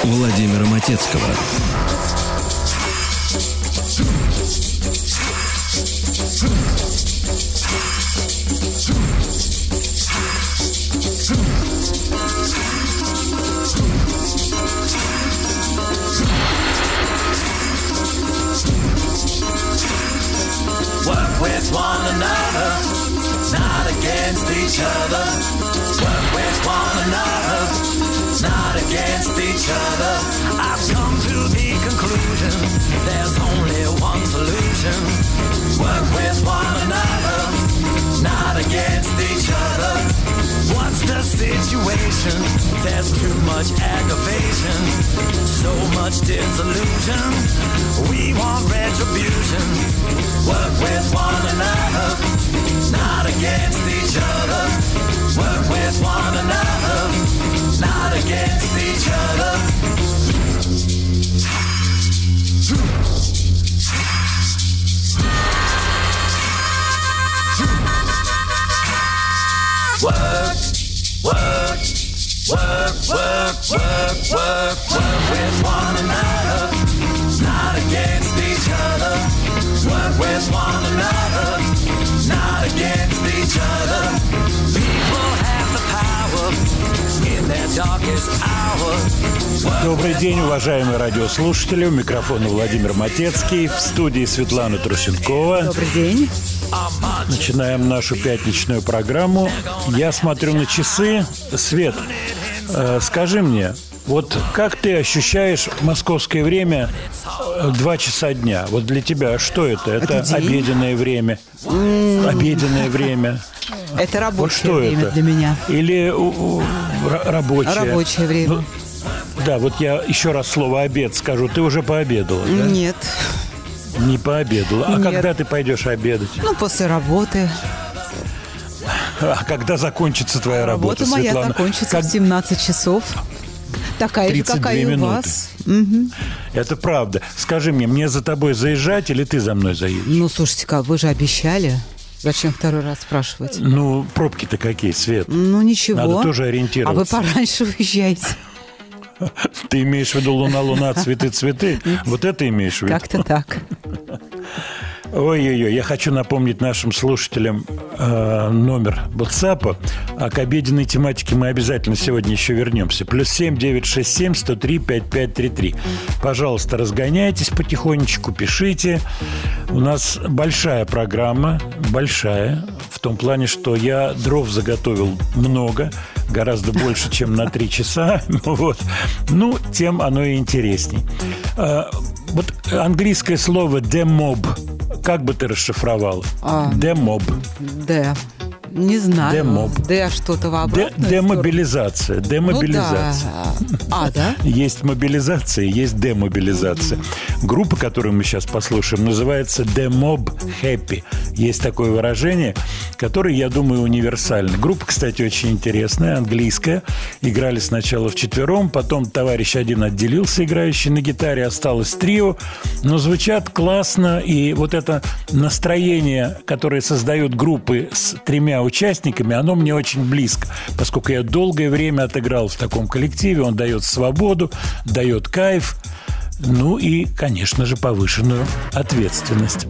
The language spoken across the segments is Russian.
Владимира Матецкого. Work with one another, not against each other. Work with one another, not against each other. I've come to the conclusion, there's only one solution. Work with one another, not against each other. What's the situation? There's too much aggravation, so much disillusion. We want retribution. Work with one another, not against each other. Work with one another, not against each other. Work, work, work, work, work, work, work with one another, not against each other. Work with one another, not against each other. People have the power in their darkest hour. Добрый день, уважаемые радиослушатели. У микрофона Владимир Матецкий. В студии Светлана Трусенкова. Добрый день. Начинаем нашу пятничную программу. Я смотрю на часы. Свет, скажи мне, вот как ты ощущаешь московское время 2 часа дня? Вот для тебя что это? Это обеденное время? Обеденное время? Это рабочее вот что время это? Для меня. Или рабочее? Рабочее время. Ну, да, вот я еще раз слово «обед» скажу. Ты уже пообедала, да? Нет. Не пообедала. А Нет. когда ты пойдешь обедать? Ну, после работы. А когда закончится твоя работа, Работа моя Светлана? закончится в 17 часов. Такая же, какая и у минуты. вас. Угу. Это правда. Скажи мне за тобой заезжать или ты за мной заедешь? Ну, слушайте-ка, вы же обещали. Зачем второй раз спрашивать? Ну, пробки-то какие, Свет? Ну, ничего. Надо тоже ориентироваться. А вы пораньше уезжаете. Ты имеешь в виду луна-луна, цветы-цветы? Вот это имеешь в виду? Как-то так. Ой-ой-ой, я хочу напомнить нашим слушателям номер WhatsApp. А к обеденной тематике мы обязательно сегодня еще вернемся. +7 967 103 5533. Пожалуйста, разгоняйтесь потихонечку, пишите. У нас большая программа, большая, в том плане, что я дров заготовил много, гораздо больше, чем на 3 часа. Вот. Ну, тем оно и интересней. Вот английское слово «демоб» как бы ты расшифровал? Демоб. Да. Не знаю. Демоб. Да, что-то в обратную Демобилизация. Демобилизация. Ну, да. Да? Есть мобилизация, есть демобилизация. Группа, которую мы сейчас послушаем, называется The Mob Happy. Есть такое выражение, которое, я думаю, универсально. Группа, кстати, очень интересная, английская. Играли сначала вчетвером, потом товарищ один отделился, играющий на гитаре, осталось трио. Но звучат классно, и вот это настроение, которое создают группы с 3 участниками, оно мне очень близко, поскольку я долгое время отыграл в таком коллективе. Он дает свободу, дает кайф, ну и, конечно же, повышенную ответственность.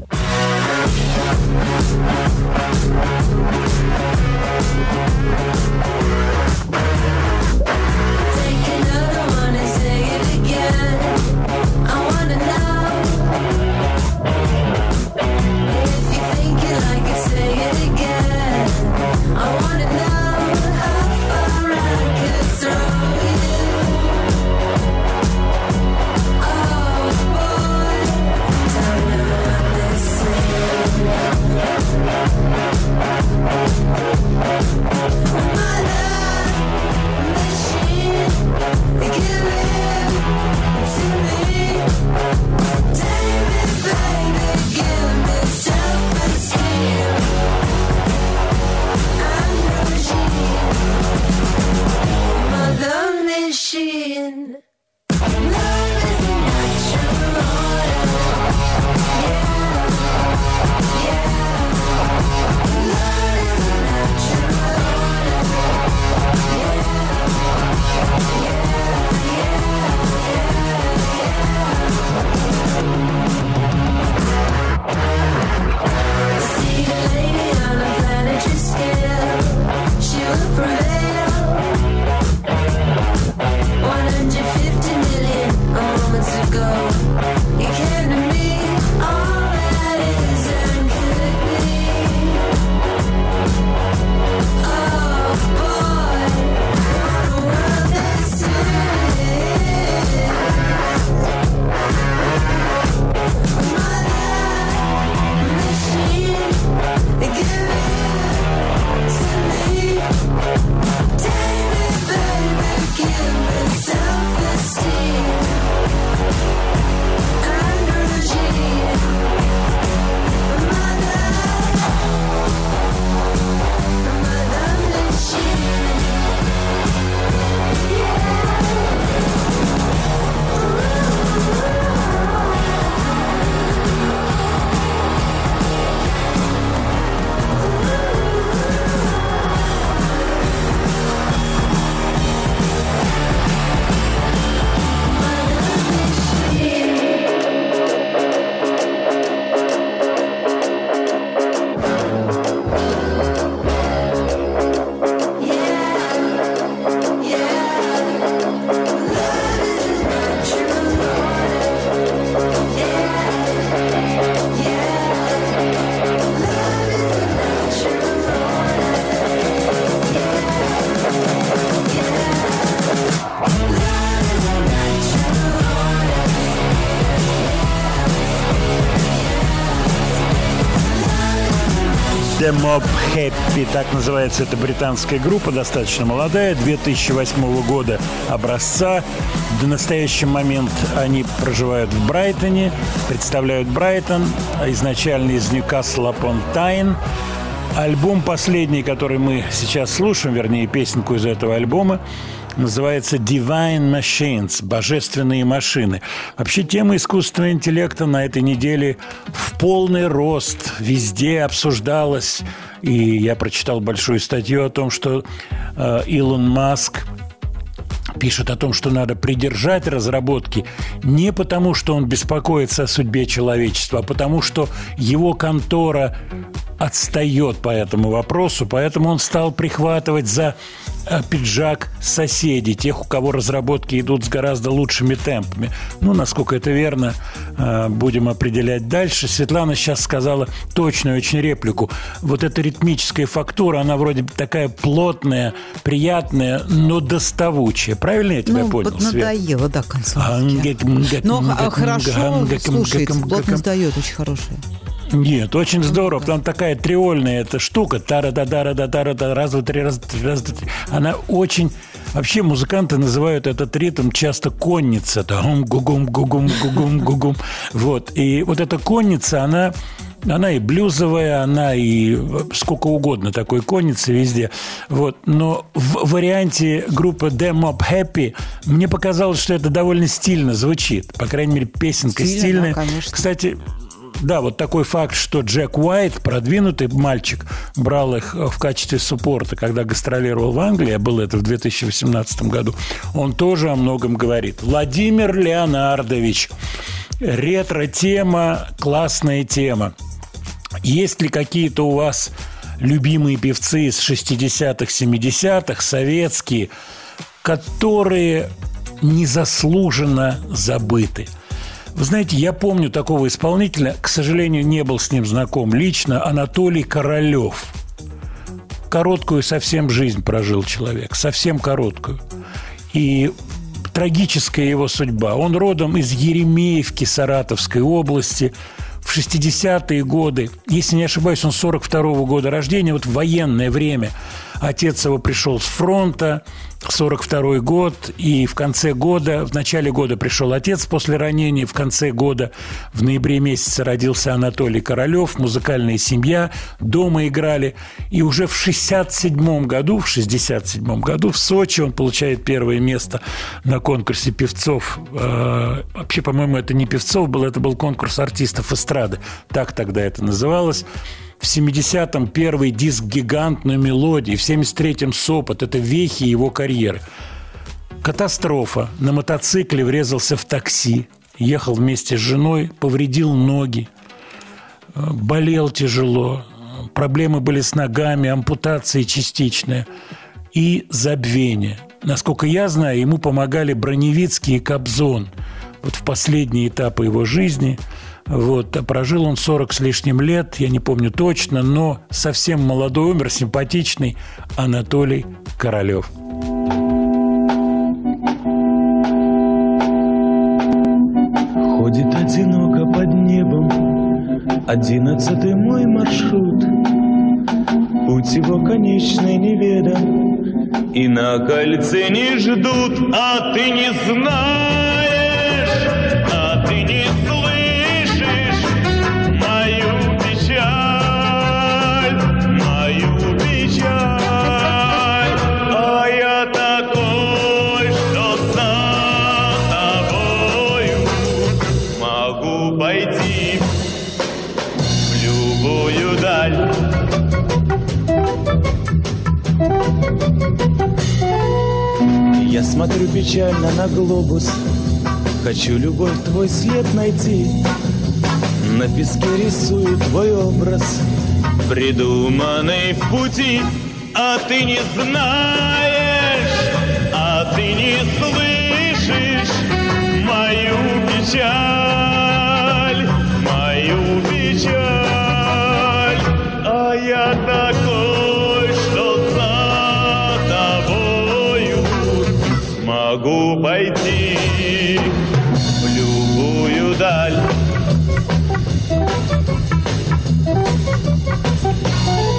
The Mob Happy, так называется эта британская группа, достаточно молодая, 2008 года образца. В настоящий момент они проживают в Брайтоне, представляют Брайтон, изначально из Ньюкасл-апон-Тайн. Альбом последний, который мы сейчас слушаем, вернее, песенку из этого альбома, называется «Divine Machines» – «Божественные машины». Вообще, тема искусственного интеллекта на этой неделе в полный рост везде обсуждалась. И я прочитал большую статью о том, что Илон Маск пишет о том, что надо придержать разработки не потому, что он беспокоится о судьбе человечества, а потому, что его контора отстает по этому вопросу, поэтому он стал прихватывать за пиджак соседей, тех, у кого разработки идут с гораздо лучшими темпами. Ну, насколько это верно, будем определять дальше. Светлана сейчас сказала точную очень реплику. Вот эта ритмическая фактура, она вроде такая плотная, приятная, но доставучая. Правильно я тебя понял, вот надоело, да, к концу. Но хорошо слушается, плотность дает, очень хорошая. Нет, очень здорово, потому такая триольная эта штука, тара-да-да-да-да-да, раз, два, три, раз, два, три. Она очень... Вообще музыканты называют этот ритм часто конница. Гугум-гугум-гугум-гугум. Вот. И вот эта конница, она и блюзовая, она и сколько угодно такой конницы везде. Вот. Но в варианте группы The Mob Happy мне показалось, что это довольно стильно звучит. По крайней мере, песенка стильная. Да, кстати... Да, вот такой факт, что Джек Уайт, продвинутый мальчик, брал их в качестве суппорта, когда гастролировал в Англии, а было это в 2018 году, он тоже о многом говорит. Владимир Леонардович. Ретро-тема, классная тема. Есть ли какие-то у вас любимые певцы из 60-х, 70-х, советские, которые незаслуженно забыты? Вы знаете, я помню такого исполнителя, к сожалению, не был с ним знаком лично, Анатолий Королёв. Короткую совсем жизнь прожил человек, совсем короткую. И трагическая его судьба. Он родом из Еремеевки Саратовской области. В 60-е годы, если не ошибаюсь, он 42-го года рождения, вот в военное время. Отец его пришел с фронта, 42-й год, и в конце года, в начале года пришел отец после ранения, в конце года, в ноябре месяце родился Анатолий Королёв, музыкальная семья, дома играли, и уже в 67-м году в Сочи он получает первое место на конкурсе певцов. Вообще, по-моему, это не певцов был, это был конкурс артистов эстрады, так тогда это называлось. В 70-м первый диск «Гигантную мелодию», в 73-м «Сопот». Это вехи его карьеры. Катастрофа. На мотоцикле врезался в такси. Ехал вместе с женой, повредил ноги. Болел тяжело. Проблемы были с ногами, ампутация частичная. И забвение. Насколько я знаю, ему помогали Броневицкий и Кобзон. Вот в последние этапы его жизни. Вот, а прожил он 40 с лишним лет, я не помню точно, но совсем молодой умер, симпатичный Анатолий Королёв. Ходит одиноко под небом 11-й мой маршрут. Путь его конечный неведом, и на кольце не ждут, а ты не знаешь, а ты не слышишь мою печаль, а я такой, что за тобою могу пойти в любую даль. Я смотрю печально на глобус, хочу любовь твой след найти. На песке рисую твой образ, придуманный в пути. А ты не знаешь, а ты не слышишь мою печаль, а я такой, что за тобою могу пойти в любую даль.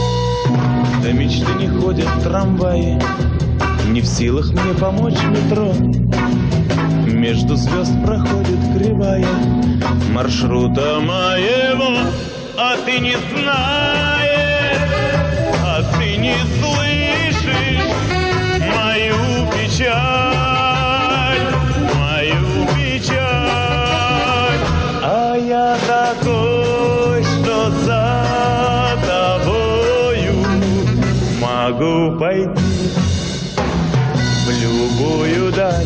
в трамвае, не в силах мне помочь метро. Между звезд проходит кривая маршрута моего. А ты не знаешь, а ты не слышишь мою печаль, мою печаль. А я такой, что за тобою могу пойти в любую даль.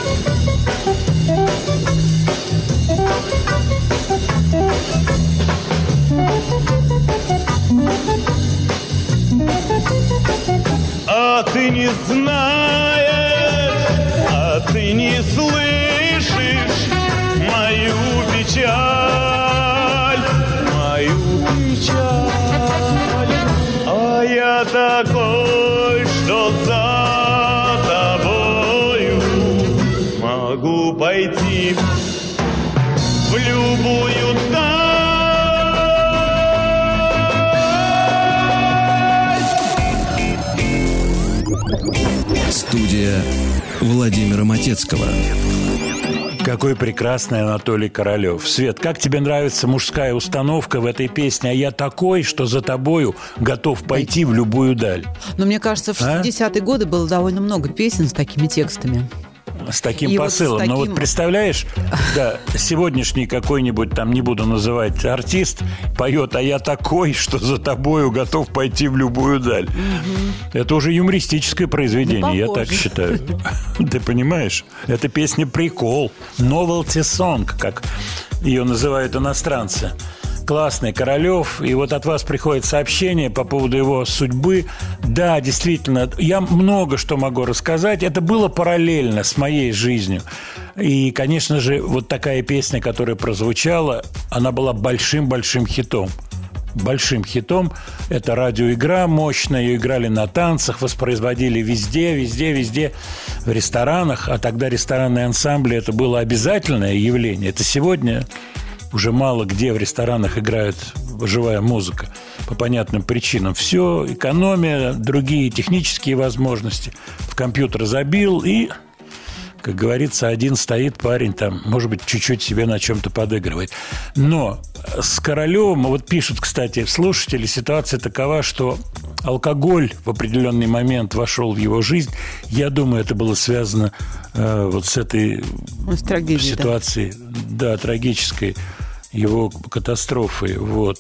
А ты не знаешь, а ты не слышишь мою печаль, мою печаль. А я такой, что за тобою могу пойти в любую даль. Студия Владимира Матецкого. Какой прекрасный Анатолий Королёв. Свет, как тебе нравится мужская установка в этой песне? А я такой, что за тобою готов пойти в любую даль. Но мне кажется, в 60-е годы было довольно много песен с такими текстами. С таким посылом. Но вот представляешь, да, сегодняшний какой-нибудь, там не буду называть, артист поет: а я такой, что за тобою готов пойти в любую даль. Это уже юмористическое произведение, я так считаю. Ты понимаешь? Эта песня прикол. Novelty song, как ее называют иностранцы. Классный Королёв. И вот от вас приходит сообщение по поводу его судьбы. Да, действительно, я много что могу рассказать. Это было параллельно с моей жизнью. И, конечно же, вот такая песня, которая прозвучала, она была большим-большим хитом. Большим хитом. Это радиоигра мощная. Ее играли на танцах, воспроизводили везде в ресторанах. А тогда ресторанные ансамбли – это было обязательное явление. Это сегодня... Уже мало где в ресторанах играет живая музыка по понятным причинам. Все, экономия, другие технические возможности. В компьютер забил и, как говорится, один стоит парень там, может быть, чуть-чуть себе на чем-то подыгрывает. Но с Королёвым, вот пишут, кстати, слушатели, ситуация такова, что алкоголь в определенный момент вошел в его жизнь. Я думаю, это было связано вот с этой ситуацией, да, трагической, его катастрофой. Вот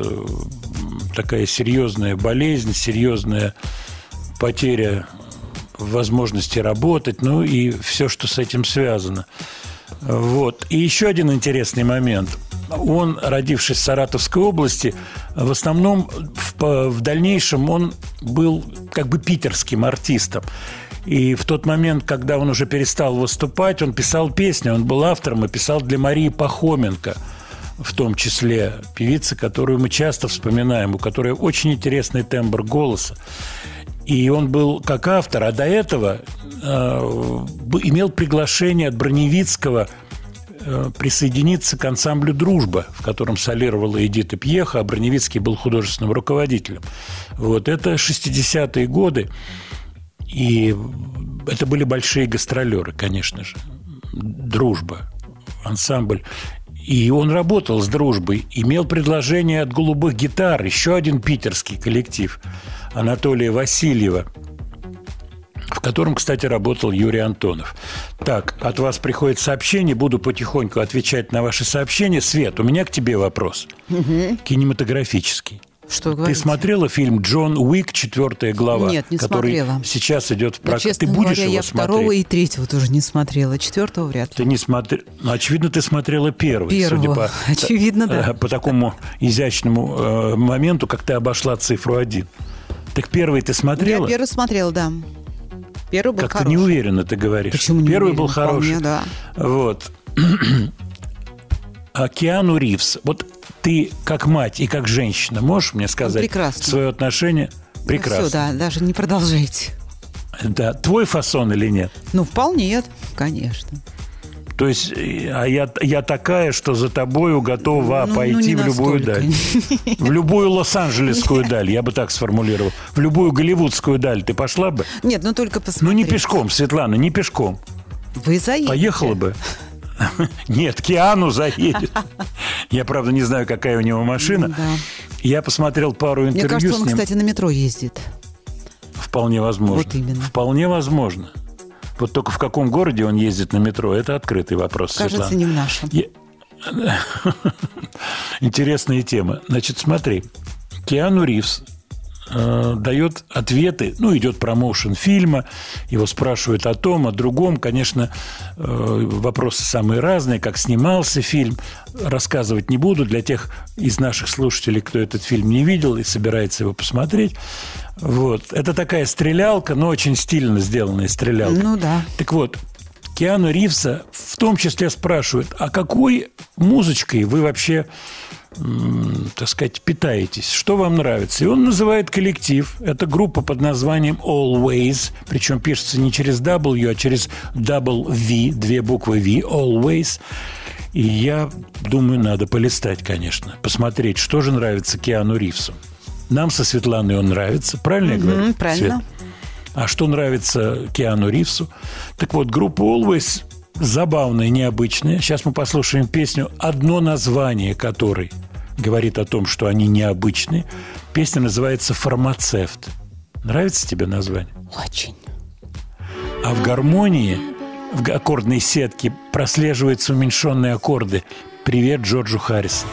такая серьезная болезнь, серьезная потеря возможности работать, ну и все, что с этим связано. Вот. И еще один интересный момент. Он, родившись в Саратовской области, в основном в дальнейшем он был как бы питерским артистом. И в тот момент, когда он уже перестал выступать, он писал песни, он был автором и писал для Марии Пахоменко, в том числе певицы, которую мы часто вспоминаем, у которой очень интересный тембр голоса. И он был как автор, а до этого имел приглашение от Броневицкого присоединиться к ансамблю «Дружба», в котором солировала Эдита Пьеха, а Броневицкий был художественным руководителем. Вот это 60-е годы, и это были большие гастролеры, конечно же. «Дружба», ансамбль. И он работал с «Дружбой», имел предложение от «Голубых гитар», еще один питерский коллектив Анатолия Васильева, в котором, кстати, работал Юрий Антонов. Так, от вас приходит сообщение, буду потихоньку отвечать на ваши сообщения. Свет, у меня к тебе вопрос. Кинематографический. Что вы говорите? Ты смотрела фильм «Джон Уик. 4 глава»? Нет, не который смотрела. Сейчас идет в прокат. Честно ты будешь говоря, его я смотреть? 2 и 3 тоже не смотрела. 4 вряд ли. Ты не смотрела. Ну, очевидно, ты смотрела первый. Судя по, очевидно, да. По такому изящному моменту, как ты обошла цифру 1. Так первый ты смотрела? Я первый смотрела, да. Первый был как-то хороший. неуверенно ты говоришь. Почему не Первый уверенно? был хороший. Вполне, да. Вот. А Киану Ривз, вот ты как мать и как женщина можешь мне сказать свое отношение? Прекрасно. Ну, все, да, даже не продолжайте. Да, твой фасон или нет? Ну, вполне, конечно. То есть, я такая, что за тобою готова пойти в любую даль. В любую лос-анджелесскую даль, я бы так сформулировал. В любую голливудскую даль ты пошла бы? Нет, только посмотреть. Ну, не пешком, Светлана, не пешком. Вы заедете. Поехала бы. Нет, Киану заедет. Я, правда, не знаю, какая у него машина. Да. Я посмотрел пару интервью. Мне кажется, он, кстати, на метро ездит. Вполне возможно. Вот именно. Вполне возможно. Вот только в каком городе он ездит на метро, это открытый вопрос, кажется, Светлана. Не в нашем. Интересная тема. Значит, смотри. Киану Ривз дает ответы, идет промоушен фильма, его спрашивают о том, о другом. Конечно, вопросы самые разные, как снимался фильм. Рассказывать не буду для тех из наших слушателей, кто этот фильм не видел и собирается его посмотреть. Вот. Это такая стрелялка, но очень стильно сделанная стрелялка. Ну да. Так вот, Киану Ривза в том числе спрашивают, а какой музычкой вы вообще, так сказать, питаетесь? Что вам нравится? И он называет коллектив. Это группа под названием Always. Причем пишется не через W, а через double V, 2 буквы V. Always. И я думаю, надо полистать, конечно. Посмотреть, что же нравится Киану Ривзу. Нам со Светланой он нравится. Правильно я говорю? Правильно. Свет? А что нравится Киану Ривзу? Так вот, группа Always забавная, необычная. Сейчас мы послушаем песню, одно название которой говорит о том, что они необычные. Песня называется «Фармацевт». Нравится тебе название? Очень. А в гармонии, в аккордной сетке прослеживаются уменьшенные аккорды. Привет Джорджу Харрисону.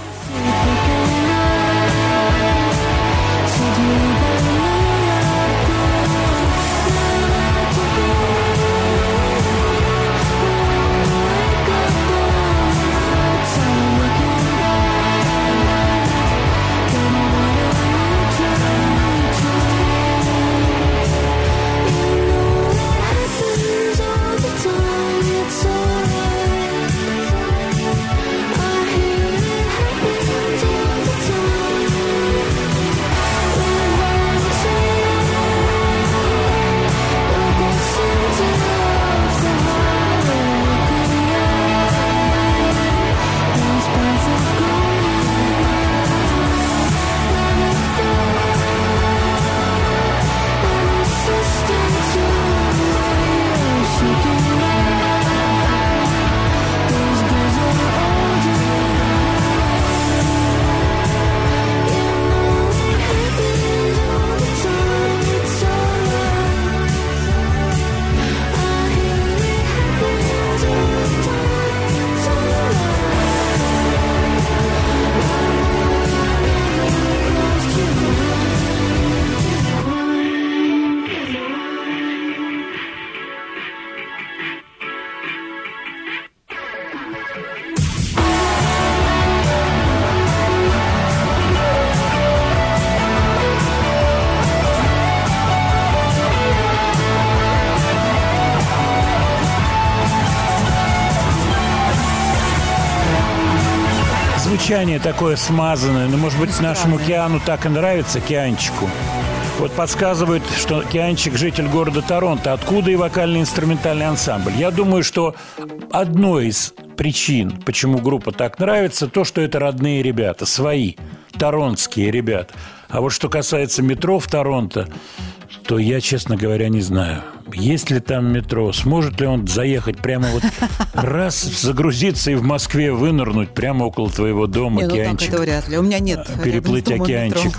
Звучание такое смазанное, но, может быть, нашему Киану так и нравится, Кианчику. Вот подсказывают, что Кианчик – житель города Торонто. Откуда и вокально-инструментальный ансамбль? Я думаю, что одной из причин, почему группа так нравится, то, что это родные ребята, свои, торонтские ребята. А вот что касается метро в Торонто, то я, честно говоря, не знаю. Есть ли там метро? Сможет ли он заехать прямо вот раз, загрузиться и в Москве вынырнуть прямо около твоего дома, Кианчик? Так это вряд ли. У меня нет. Переплыть океанчик.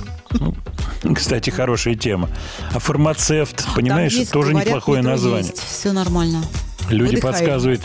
Кстати, хорошая тема. А фармацевт, понимаешь, есть, тоже говорят, неплохое название. Есть. Все нормально. Люди подсказывают.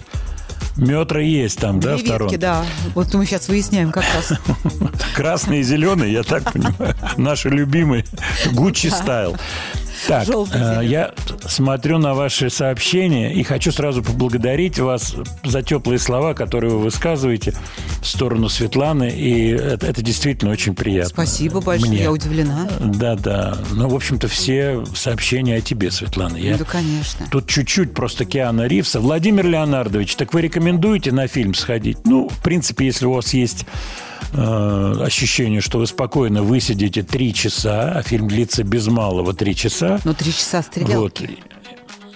Метро есть там, да, в Торонто? Да. Вот мы сейчас выясняем как раз. Красный и зеленый, я так понимаю. Наши любимые. Гуччи стайл. Так, я смотрю на ваши сообщения и хочу сразу поблагодарить вас за теплые слова, которые вы высказываете в сторону Светланы, и это действительно очень приятно. Спасибо большое, мне. Я удивлена. Да. Ну, в общем-то, все сообщения о тебе, Светлана. Да, конечно. Тут чуть-чуть просто Киану Ривза. Владимир Леонардович, так вы рекомендуете на фильм сходить? Ну, в принципе, если у вас есть ощущение, что вы спокойно высидите 3 часа, а фильм длится без малого 3 часа. Ну, 3 часа стрелялки. Вот.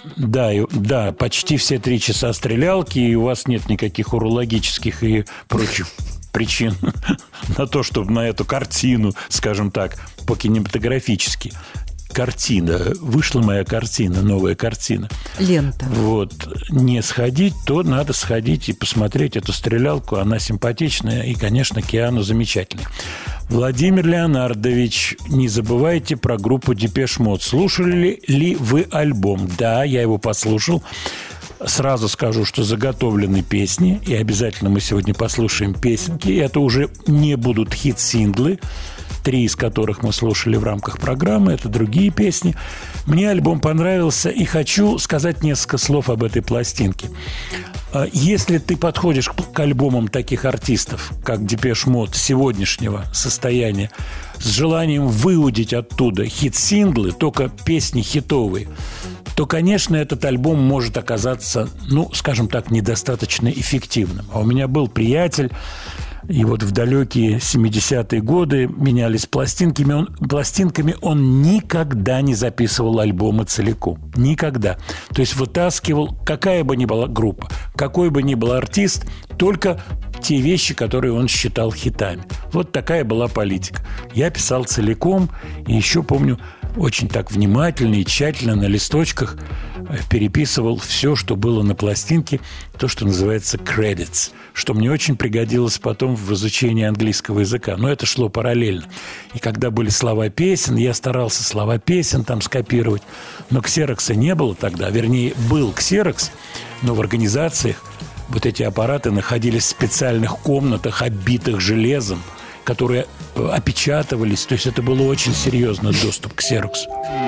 Да, почти все 3 часа стрелялки, и у вас нет никаких урологических и прочих причин на то, чтобы на эту картину, скажем так, по-кинематографически. Вышла моя картина, новая картина. Лента. Вот. Не сходить, то надо сходить и посмотреть эту стрелялку. Она симпатичная, и, конечно, Киану замечательный. Владимир Леонардович, не забывайте про группу Депеш Мод. Слушали ли вы альбом? Да, я его послушал. Сразу скажу, что заготовлены песни, и обязательно мы сегодня послушаем песенки. Это уже не будут хит-синглы, 3 из которых мы слушали в рамках программы. Это другие песни. Мне альбом понравился, и хочу сказать несколько слов об этой пластинке. Если ты подходишь к альбомам таких артистов, как Депеш Мод, сегодняшнего состояния, с желанием выудить оттуда хит-синглы, только песни хитовые, то, конечно, этот альбом может оказаться, скажем так, недостаточно эффективным. А у меня был приятель, и вот в далекие 70-е годы менялись пластинками. Он никогда не записывал альбомы целиком. Никогда. То есть вытаскивал, какая бы ни была группа, какой бы ни был артист, только те вещи, которые он считал хитами. Вот такая была политика. Я писал целиком, и еще помню, очень так внимательно и тщательно на листочках переписывал все, что было на пластинке, то, что называется credits, что мне очень пригодилось потом в изучении английского языка. Но это шло параллельно. И когда были слова песен, я старался слова песен там скопировать. Но ксерокса не было тогда. Вернее, был ксерокс, но в организациях вот эти аппараты находились в специальных комнатах, оббитых железом, которые опечатывались. То есть это было очень серьезно, доступ к ксероксу.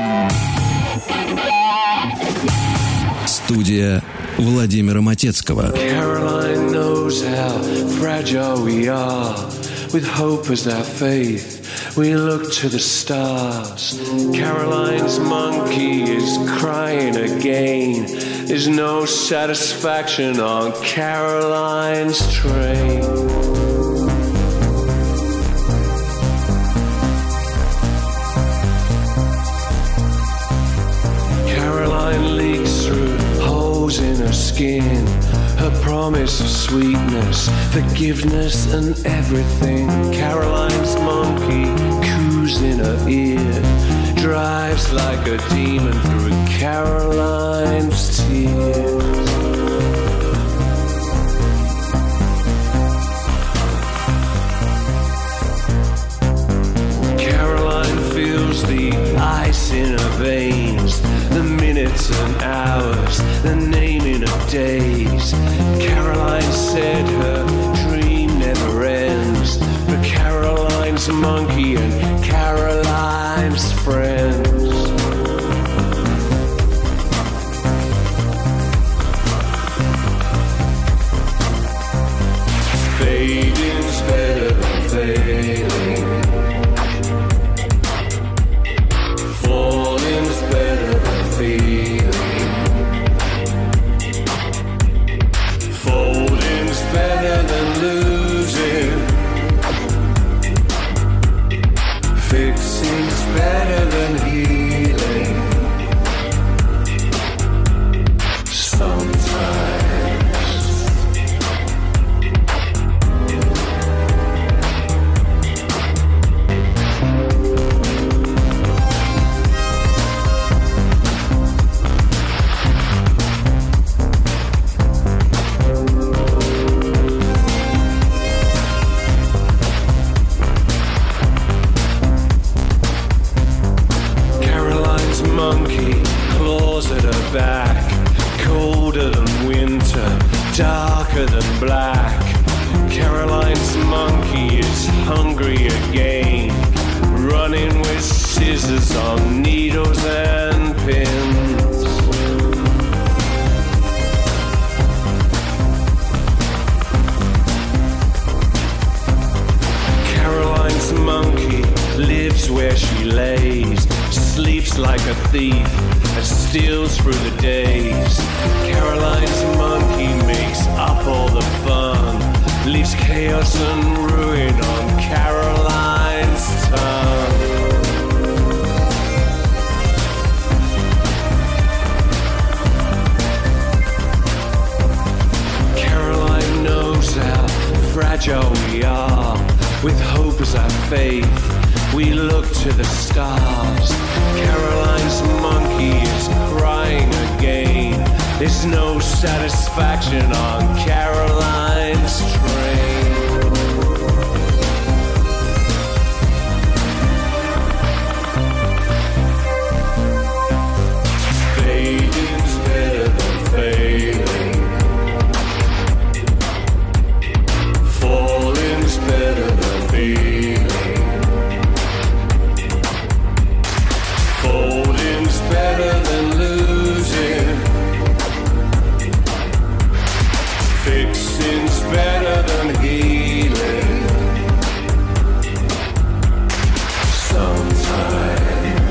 Студия Владимира Матецкого. Caroline knows how fragile we are. With hope as our faith, we look to the stars. Caroline's monkey is crying again. There's no satisfaction on Caroline's train. Caroline leaks through holes in her skin. Her promise of sweetness, forgiveness and everything. Caroline's monkey coos in her ear, drives like a demon through Caroline's tears. Caroline feels the ice in her veins, the minutes and hours, the naming of days. Caroline said her dream never ends, but Caroline's monkey and Caroline's friends. Fading's better than failing. Falling's better than feeling. Folding's better than losing. Fixing's better than healing. Sometimes. Monkey claws at her back, colder than winter, darker than black. Caroline's monkey is hungry again, running with scissors on needles and pins. Caroline's monkey lives where she lays, sleeps like a thief and steals through the days. Caroline's monkey makes up all the fun, leaves chaos and ruin on Caroline's tongue. faith. We look to the stars. Caroline's monkey is crying again. There's no satisfaction on Caroline's train. Fading's better than failing. Falling's better than feeling. Folding's better than losing. Fixing's better than healing. Sometimes.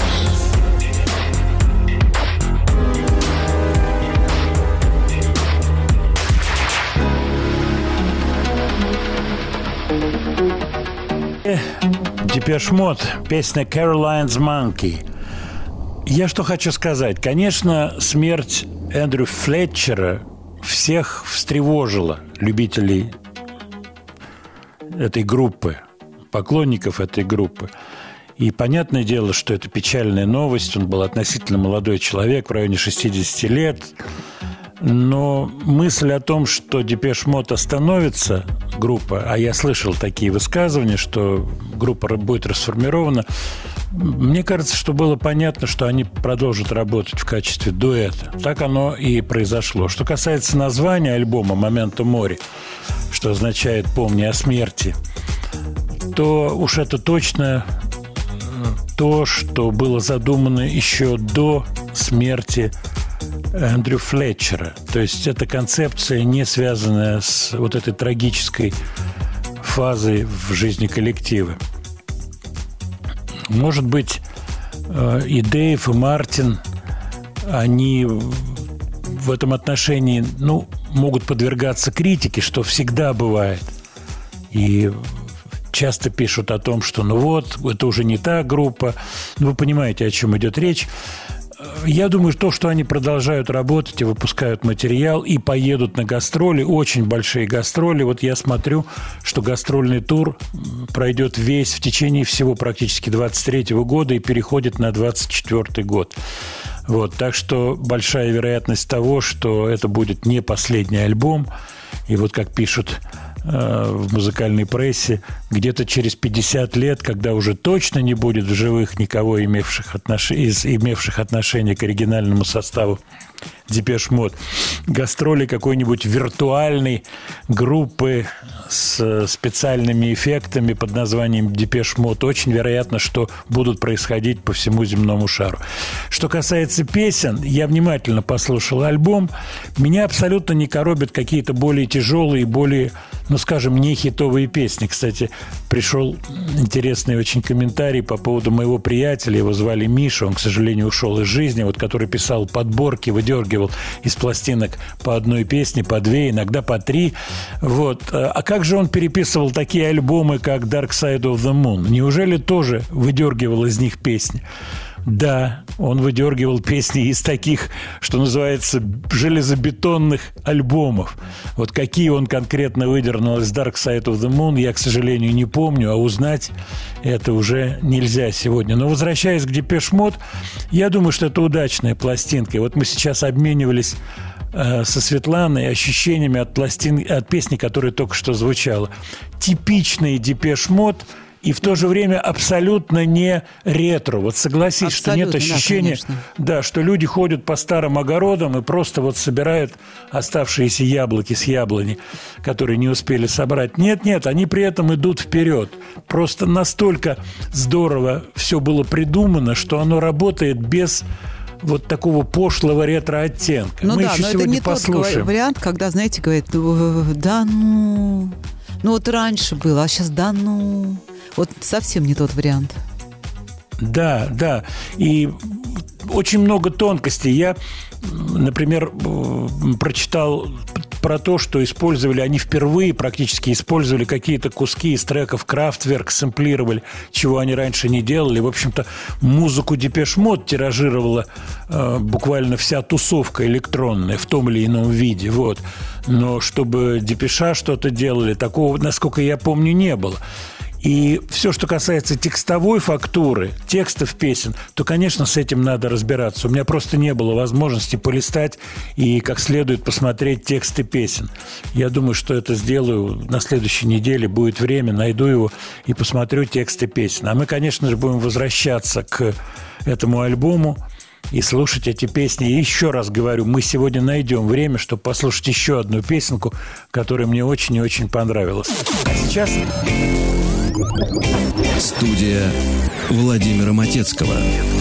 Депеш Мод, песня Caroline's Monkey. Я что хочу сказать. Конечно, смерть Эндрю Флетчера всех встревожила, любителей этой группы, поклонников этой группы. И понятное дело, что это печальная новость. Он был относительно молодой человек, в районе 60 лет. Но мысль о том, что Депеш Мод остановится, группа, а я слышал такие высказывания, что группа будет расформирована, мне кажется, что было понятно, что они продолжат работать в качестве дуэта. Так оно и произошло. Что касается названия альбома «Моменто Мори», что означает «Помни о смерти», то уж это точно то, что было задумано еще до смерти Эндрю Флетчера. То есть эта концепция не связанная с вот этой трагической фазой в жизни коллектива. Может быть, и Дэйв, и Мартин, они в этом отношении, могут подвергаться критике, что всегда бывает. И часто пишут о том, что это уже не та группа. Вы понимаете, о чем идет речь. Я думаю, что они продолжают работать и выпускают материал, и поедут на гастроли, очень большие гастроли. Вот я смотрю, что гастрольный тур пройдет весь в течение всего практически 23-го года и переходит на 24-й год. Вот, так что большая вероятность того, что это будет не последний альбом. И вот как пишут в музыкальной прессе, где-то через 50 лет, когда уже точно не будет в живых никого, имевших отношение к оригинальному составу Депеш Мод, гастроли какой-нибудь виртуальной группы с специальными эффектами под названием Депеш Мод, очень вероятно, что будут происходить по всему земному шару. Что касается песен, я внимательно послушал альбом. Меня абсолютно не коробят какие-то более тяжелые, более, не хитовые песни. Кстати, пришел интересный очень комментарий по поводу моего приятеля. Его звали Миша, он, к сожалению, ушел из жизни, который писал подборки, выдергивал из пластинок по одной песне, по две, иногда по три. А как же он переписывал такие альбомы, как Dark Side of the Moon? Неужели тоже выдергивал из них песни? Да, он выдергивал песни из таких, что называется, железобетонных альбомов. Вот какие он конкретно выдернул из Dark Side of the Moon, я, к сожалению, не помню, а узнать это уже нельзя сегодня. Но возвращаясь к Депеш Мод, я думаю, что это удачная пластинка. И вот мы сейчас обменивались со Светланой ощущениями от песни, которая только что звучала. Типичный Депеш Мод – и в то же время абсолютно не ретро. Вот согласись, абсолютно, что нет ощущения, что люди ходят по старым огородам и просто собирают оставшиеся яблоки с яблони, которые не успели собрать. Нет, они при этом идут вперед. Просто настолько здорово все было придумано, что оно работает без вот такого пошлого ретро-оттенка. Мы еще сегодня это не послушаем. Тот вариант, когда, знаете, говорят, вот раньше было, а сейчас Вот совсем не тот вариант. Да. И очень много тонкостей. Я, например, прочитал про то, что они впервые практически использовали какие-то куски из треков Kraftwerk, сэмплировали, чего они раньше не делали. В общем-то, музыку Депеш Мод тиражировала буквально вся тусовка электронная в том или ином виде. Но чтобы Депеша что-то делали, такого, насколько я помню, не было. И все, что касается текстовой фактуры, текстов песен, то, конечно, с этим надо разбираться. У меня просто не было возможности полистать и как следует посмотреть тексты песен. Я думаю, что это сделаю на следующей неделе. Будет время, найду его и посмотрю тексты песен. А мы, конечно же, будем возвращаться к этому альбому и слушать эти песни. И еще раз говорю, мы сегодня найдем время, чтобы послушать еще одну песенку, которая мне очень и очень понравилась. А сейчас... Студия Владимира Матецкого.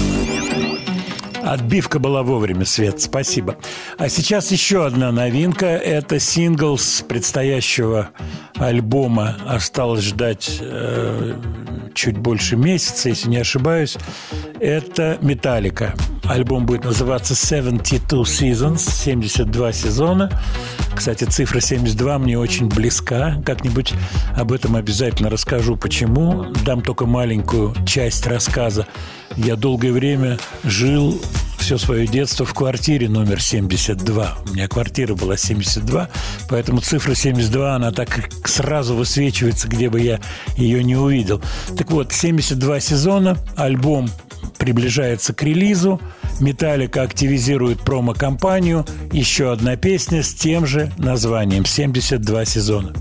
Отбивка была вовремя, Свет, спасибо. А сейчас еще одна новинка. Это сингл с предстоящего альбома. Осталось ждать чуть больше месяца, если не ошибаюсь. Это «Металлика». Альбом будет называться 72 Seasons, 72 сезона. Кстати, цифра 72 мне очень близка. Как-нибудь об этом обязательно расскажу. Почему? Дам только маленькую часть рассказа. Я долгое время жил все свое детство в квартире номер 72. У меня квартира была 72, поэтому цифра 72, она так сразу высвечивается, где бы я ее не увидел. Так вот, 72 сезона, альбом приближается к релизу, Металлика активизирует промо-компанию, еще одна песня с тем же названием «72 сезона».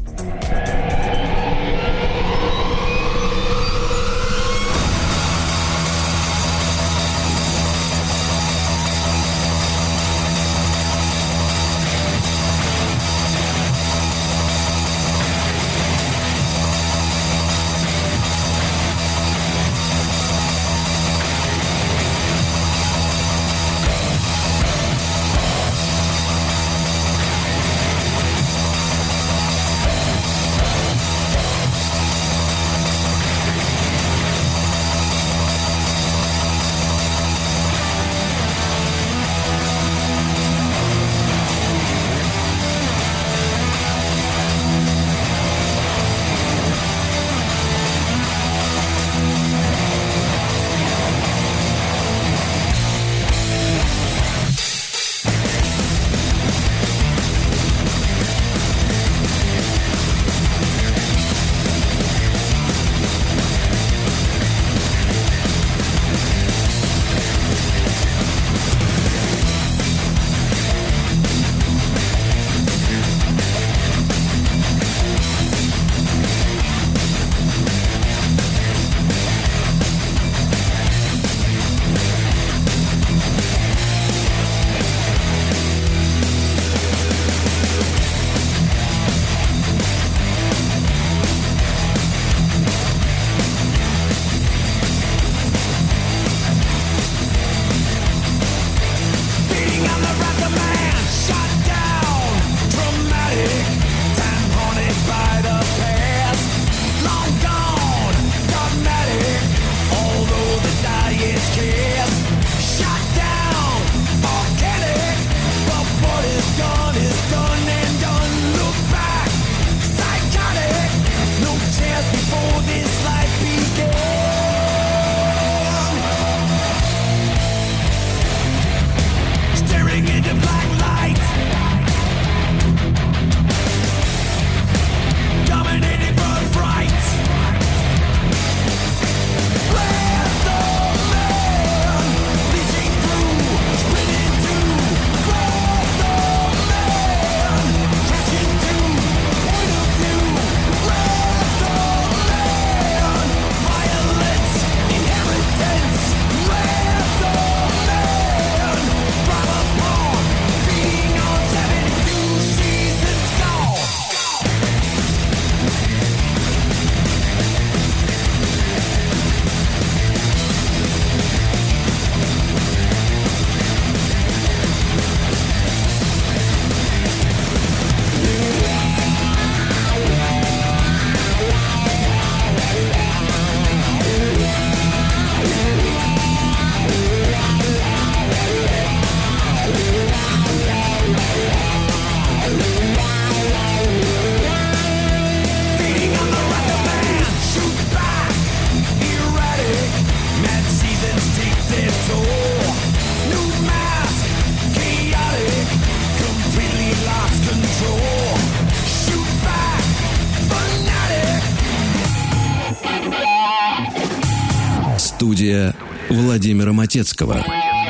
Студия Владимира Матецкого.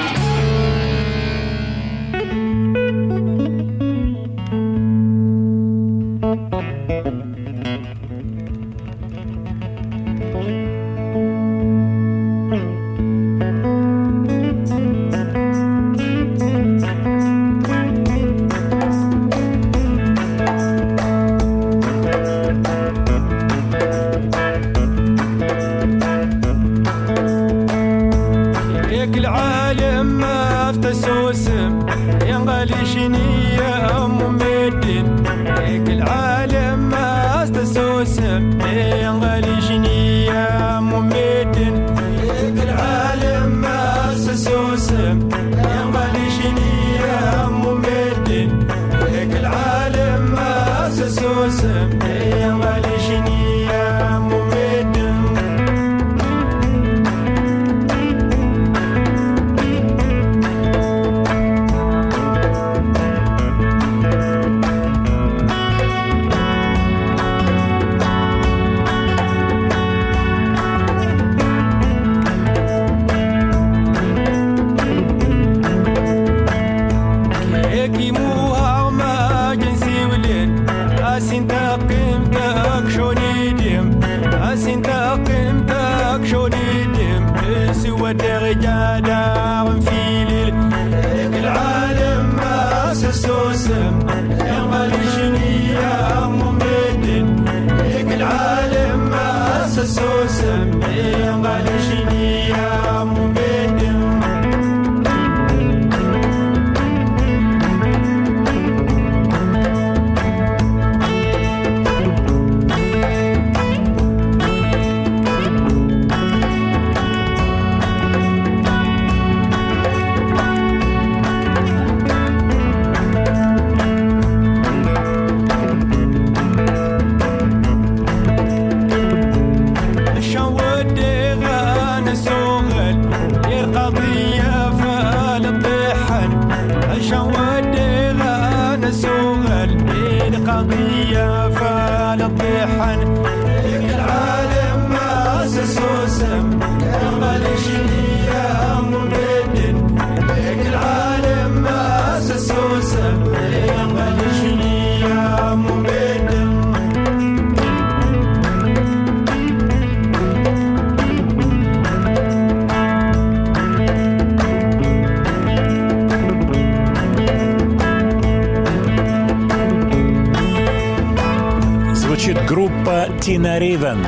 Группа Тина Ривен.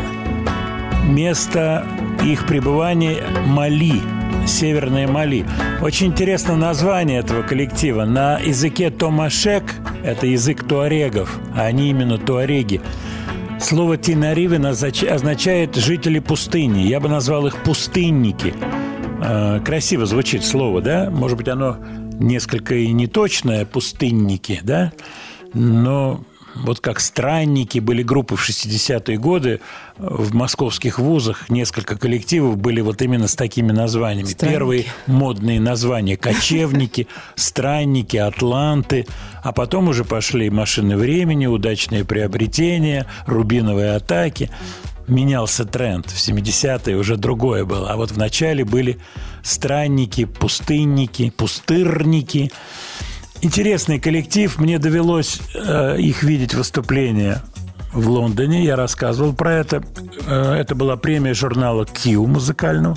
Место их пребывания – Мали, Северное Мали. Очень интересное название этого коллектива. На языке томашек – это язык туарегов, а они именно туареги. Слово Тина Ривен означает «жители пустыни». Я бы назвал их «пустынники». Красиво звучит слово, да? Может быть, оно несколько и неточное, «пустынники», да? Но... Вот как «Странники» были группы в 60-е годы в московских вузах, несколько коллективов были вот именно с такими названиями. Странники. Первые модные названия – «Кочевники», «Странники», «Атланты», а потом уже пошли «Машины времени», «Удачные приобретения», «Рубиновые атаки». Менялся тренд. В 70-е уже другое было. А вот в начале были «Странники», «Пустынники», «Пустырники». Интересный коллектив. Мне довелось их видеть выступления в Лондоне. Я рассказывал про это. Это была премия журнала Q музыкального.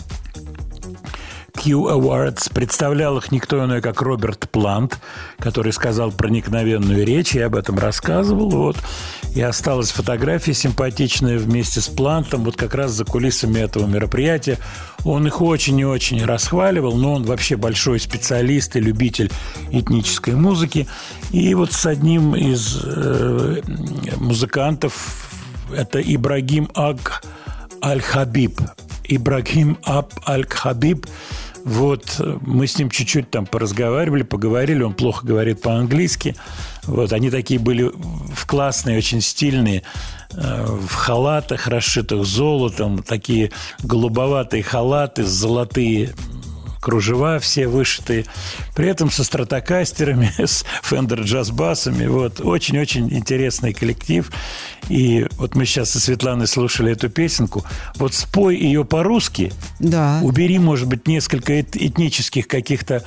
Q Awards. Представлял их никто иной, как Роберт Плант, который сказал проникновенную речь. Я об этом рассказывал. Вот. И осталась фотография симпатичная вместе с Плантом, вот как раз за кулисами этого мероприятия. Он их очень и очень расхваливал, но он вообще большой специалист и любитель этнической музыки. И вот с одним из музыкантов, это Ибрагим Аль-Хабиб. Ибрагим Аль-Хабиб. Вот мы с ним чуть-чуть там поразговаривали, поговорили. Он плохо говорит по-английски. Вот они такие были классные, очень стильные, в халатах, расшитых золотом, такие голубоватые халаты, золотые кружева все вышитые. При этом со стратокастерами, с Fender джаз-басами. Вот. Очень-очень интересный коллектив. И вот мы сейчас со Светланой слушали эту песенку. Вот спой ее по-русски. Да. Убери, может быть, несколько этнических каких-то,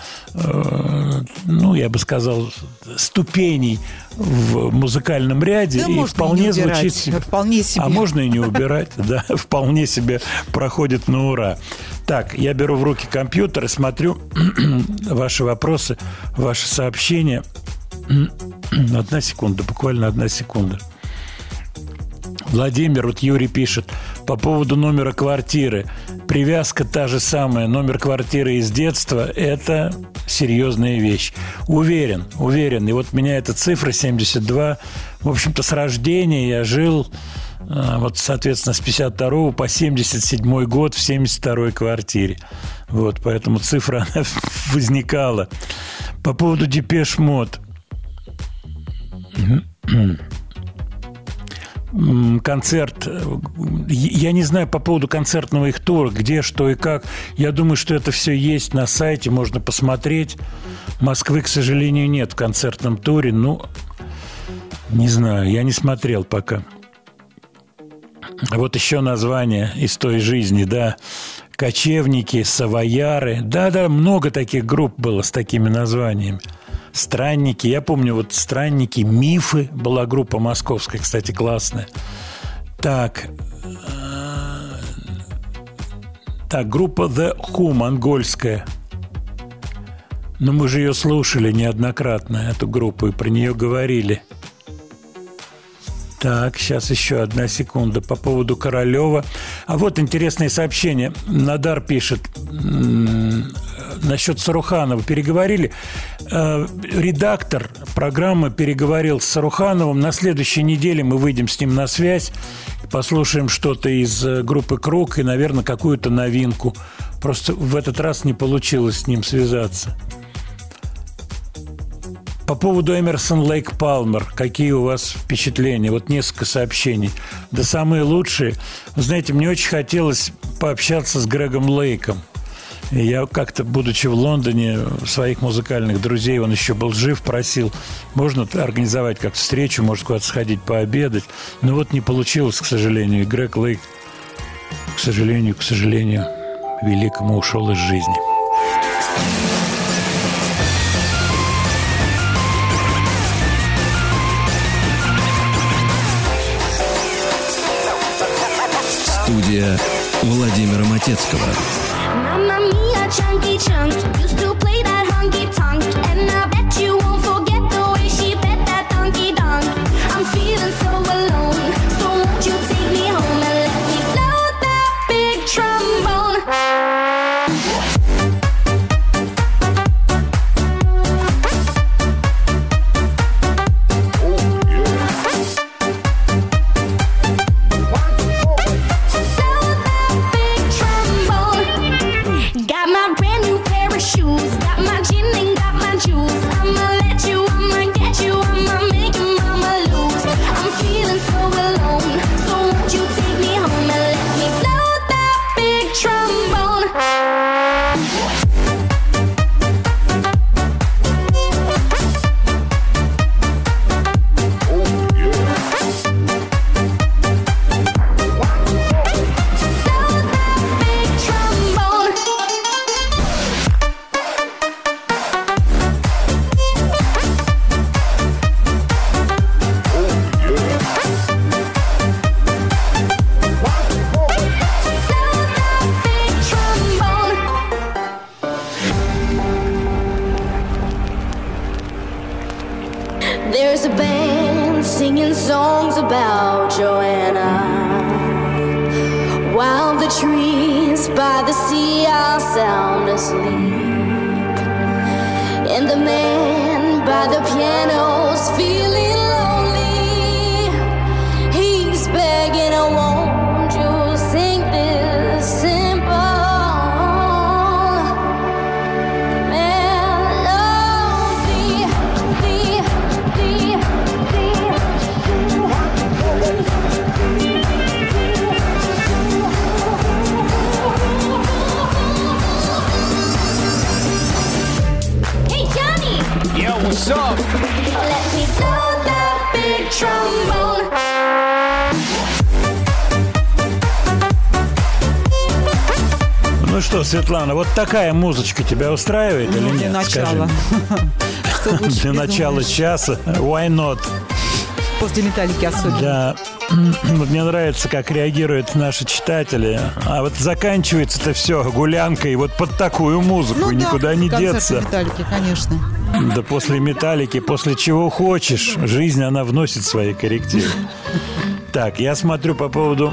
я бы сказал, ступеней в музыкальном ряде. Да, и вполне звучит себе. Вполне себе. А можно и не убирать. Да, вполне себе проходит на ура. Так, я беру в руки компьютер и смотрю ваши вопросы, ваши сообщения. Одна секунда, буквально одна секунда. Владимир, вот Юрий пишет по поводу номера квартиры. Привязка та же самая. Номер квартиры из детства – это серьезная вещь. Уверен. И вот меня эта цифра 72. В общем-то, с рождения я жил, вот, соответственно, с 52 по 77 год в 72-й квартире. Вот, поэтому цифра она возникала. По поводу Депеш Мод. Концерт. Я не знаю по поводу концертного их тура, где, что и как. Я думаю, что это все есть на сайте, можно посмотреть. Москвы, к сожалению, нет в концертном туре. Не знаю, я не смотрел пока. Вот еще название из той жизни, да. Кочевники, Савояры. Да, много таких групп было с такими названиями. Странники. Я помню, вот Странники, Мифы была группа московская, кстати, классная. Так, группа The Who, монгольская. Но мы же ее слушали неоднократно, эту группу, и про нее говорили. Так, сейчас еще одна секунда по поводу Королева. А вот интересное сообщение. Надар пишет насчет Саруханова. Переговорили. Редактор программы переговорил с Сарухановым. На следующей неделе мы выйдем с ним на связь, послушаем что-то из группы «Круг» и, наверное, какую-то новинку. Просто в этот раз не получилось с ним связаться. По поводу Эмерсон Лейк Палмер, какие у вас впечатления? Вот несколько сообщений. Да самые лучшие. Вы знаете, мне очень хотелось пообщаться с Грегом Лейком. И я как-то, будучи в Лондоне, своих музыкальных друзей, он еще был жив, просил, можно организовать как встречу, может куда-то сходить пообедать. Но вот не получилось, к сожалению. И Грег Лейк, к сожалению, великому ушел из жизни. Студия Владимира Матецкого. There's a band singing songs about Joanna, while the trees by the sea are sound asleep, and the man by the piano's feeling lonely. He's begging, "Oh, won't you sing this simple melody?" soft. Let me blow the big trombone. Ну что, Светлана, вот такая музычка тебя устраивает или нет? Для начала. Для начала часа. Why not? После «Металлики» особенно. Да. Мне нравится, как реагируют наши читатели. А вот заканчивается-то все гулянкой вот под такую музыку. Никуда не деться. «Металлики», конечно. Да после «Металлики», после чего хочешь. Жизнь, она вносит свои коррективы. Так, я смотрю по поводу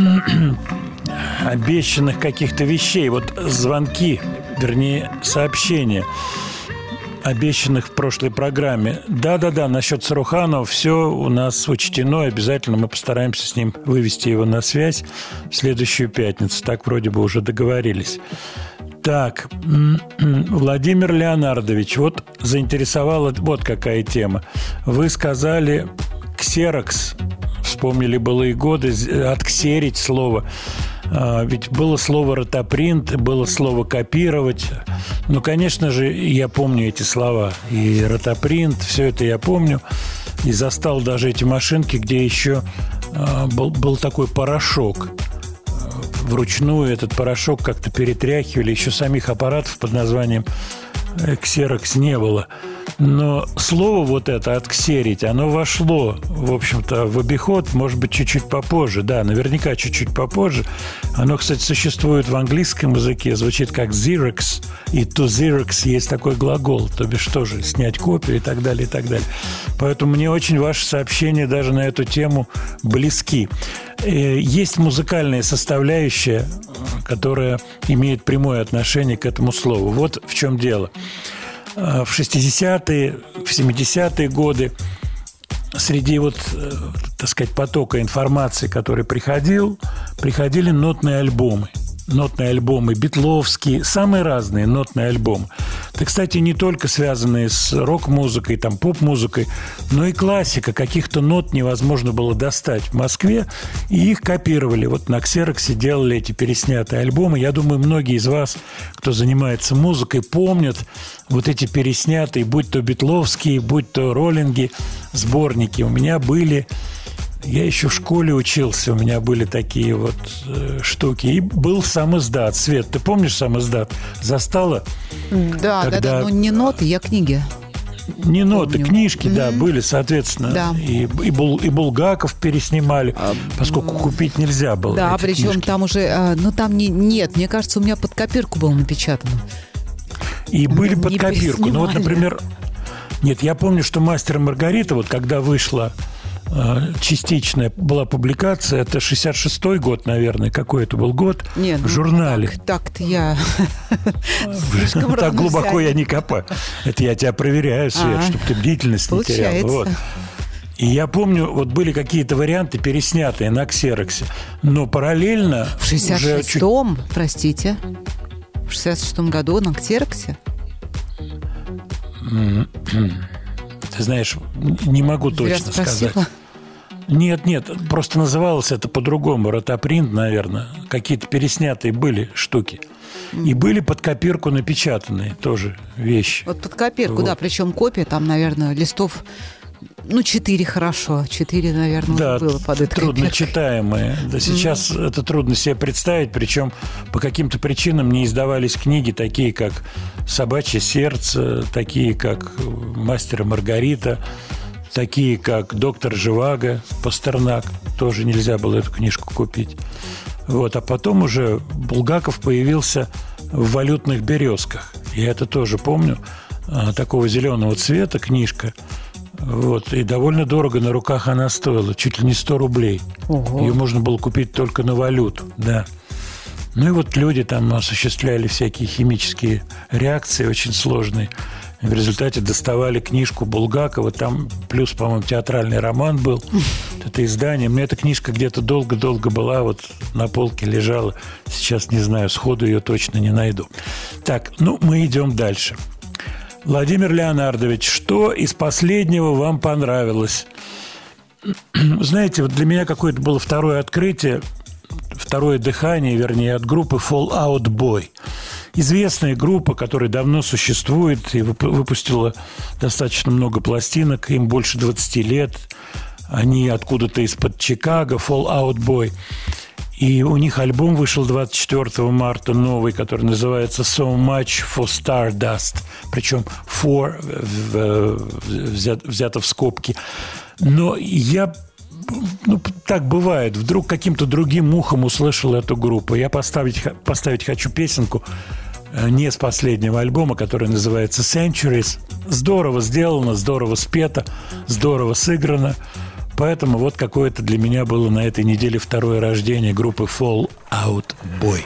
обещанных каких-то вещей. Вот звонки, вернее, сообщения, обещанных в прошлой программе. Да-да-да, насчет Саруханова все у нас учтено. Обязательно мы постараемся с ним вывести его на связь в следующую пятницу. Так вроде бы уже договорились. Так, Владимир Леонардович, вот заинтересовала вот какая тема. Вы сказали «ксерокс». Вспомнили былые годы, отксерить слово. Ведь было слово «ротопринт», было слово «копировать». Ну, конечно же, я помню эти слова. И «ротопринт», все это я помню. И застал даже эти машинки, где еще был такой порошок. Вручную этот порошок как-то перетряхивали. Еще самих аппаратов под названием «ксерокс» не было. Но слово вот это «отксерить», оно вошло, в общем-то, в обиход, может быть, чуть-чуть попозже. Да, наверняка чуть-чуть попозже. Оно, кстати, существует в английском языке, звучит как «xerox», и «to xerox» есть такой глагол, то бишь тоже снять копию и так далее, и так далее. Поэтому мне очень ваши сообщения даже на эту тему близки. Есть музыкальная составляющая, которая имеет прямое отношение к этому слову. Вот в чем дело. В 60-е, в 70-е годы среди вот, так сказать, потока информации, который приходили нотные альбомы. Нотные альбомы битловские, самые разные нотные альбомы. Это, кстати, не только связанные с рок-музыкой, там, поп-музыкой, но и классика. Каких-то нот невозможно было достать в Москве, и их копировали. Вот на ксероксе делали эти переснятые альбомы. Я думаю, многие из вас, кто занимается музыкой, помнят вот эти переснятые, будь то битловские, будь то роллинги, сборники. У меня были... Я еще в школе учился, у меня были такие вот штуки. И был сам издат. Свет, ты помнишь сам издат? Застала? Да, когда... да, но не ноты, я книги. Не ноты, книжки, да, были, соответственно. Да. И Булгаков переснимали, поскольку купить нельзя было. Да, причем книжки. Там уже, ну там нет, мне кажется, у меня под копирку было напечатано. И были под не копирку. Ну вот, например, нет, я помню, что «Мастер и Маргарита», вот когда вышла частичная была публикация, это 66-й год, наверное, какой это был год, нет, в журнале. Так-то я слишком так глубоко я не копаю. Это я тебя проверяю, Свет, чтобы ты бдительность не терял. Вот. И я помню, вот были какие-то варианты переснятые на ксероксе, но параллельно... В 66-м, простите, в 66-м году на ксероксе? Ты знаешь, не могу точно сказать. Нет, просто называлось это по-другому. Ротопринт, наверное. Какие-то переснятые были штуки. И были под копирку напечатанные тоже вещи. Вот под копирку, вот. Да, причем копия, там, наверное, листов, 4 хорошо. 4, наверное, да, было под этой трудно копиркой. Читаемые. Да, сейчас это трудно себе представить, причем по каким-то причинам не издавались книги, такие как «Собачье сердце», такие как «Мастер и Маргарита», такие как «Доктор Живаго», Пастернак. Тоже нельзя было эту книжку купить. Вот. А потом уже Булгаков появился в «Валютных березках». Я это тоже помню. Такого зеленого цвета книжка. Вот. И довольно дорого на руках она стоила. Чуть ли не 100 рублей. Ого. Ее можно было купить только на валюту. Да. Ну и вот люди там осуществляли всякие химические реакции очень сложные. В результате доставали книжку Булгакова. Там плюс, по-моему, театральный роман был. Это издание. Мне эта книжка где-то долго-долго была. Вот на полке лежала. Сейчас не знаю, сходу ее точно не найду. Так, мы идем дальше. Владимир Леонардович, что из последнего вам понравилось? Знаете, вот для меня какое-то было второе открытие, второе дыхание, вернее, от группы Fall Out Boy. известная группа, которая давно существует и выпустила достаточно много пластинок, им больше 20 лет. Они откуда-то из-под Чикаго, Fall Out Boy. И у них альбом вышел 24 марта новый, который называется So Much for Stardust. Причем for взято в скобки. Но я... так бывает. Вдруг каким-то другим ухом услышал эту группу. Я поставить хочу песенку не с последнего альбома, который называется Centuries. Здорово сделано, здорово спето, здорово сыграно. Поэтому вот какое-то для меня было на этой неделе второе рождение группы Fall Out Boy.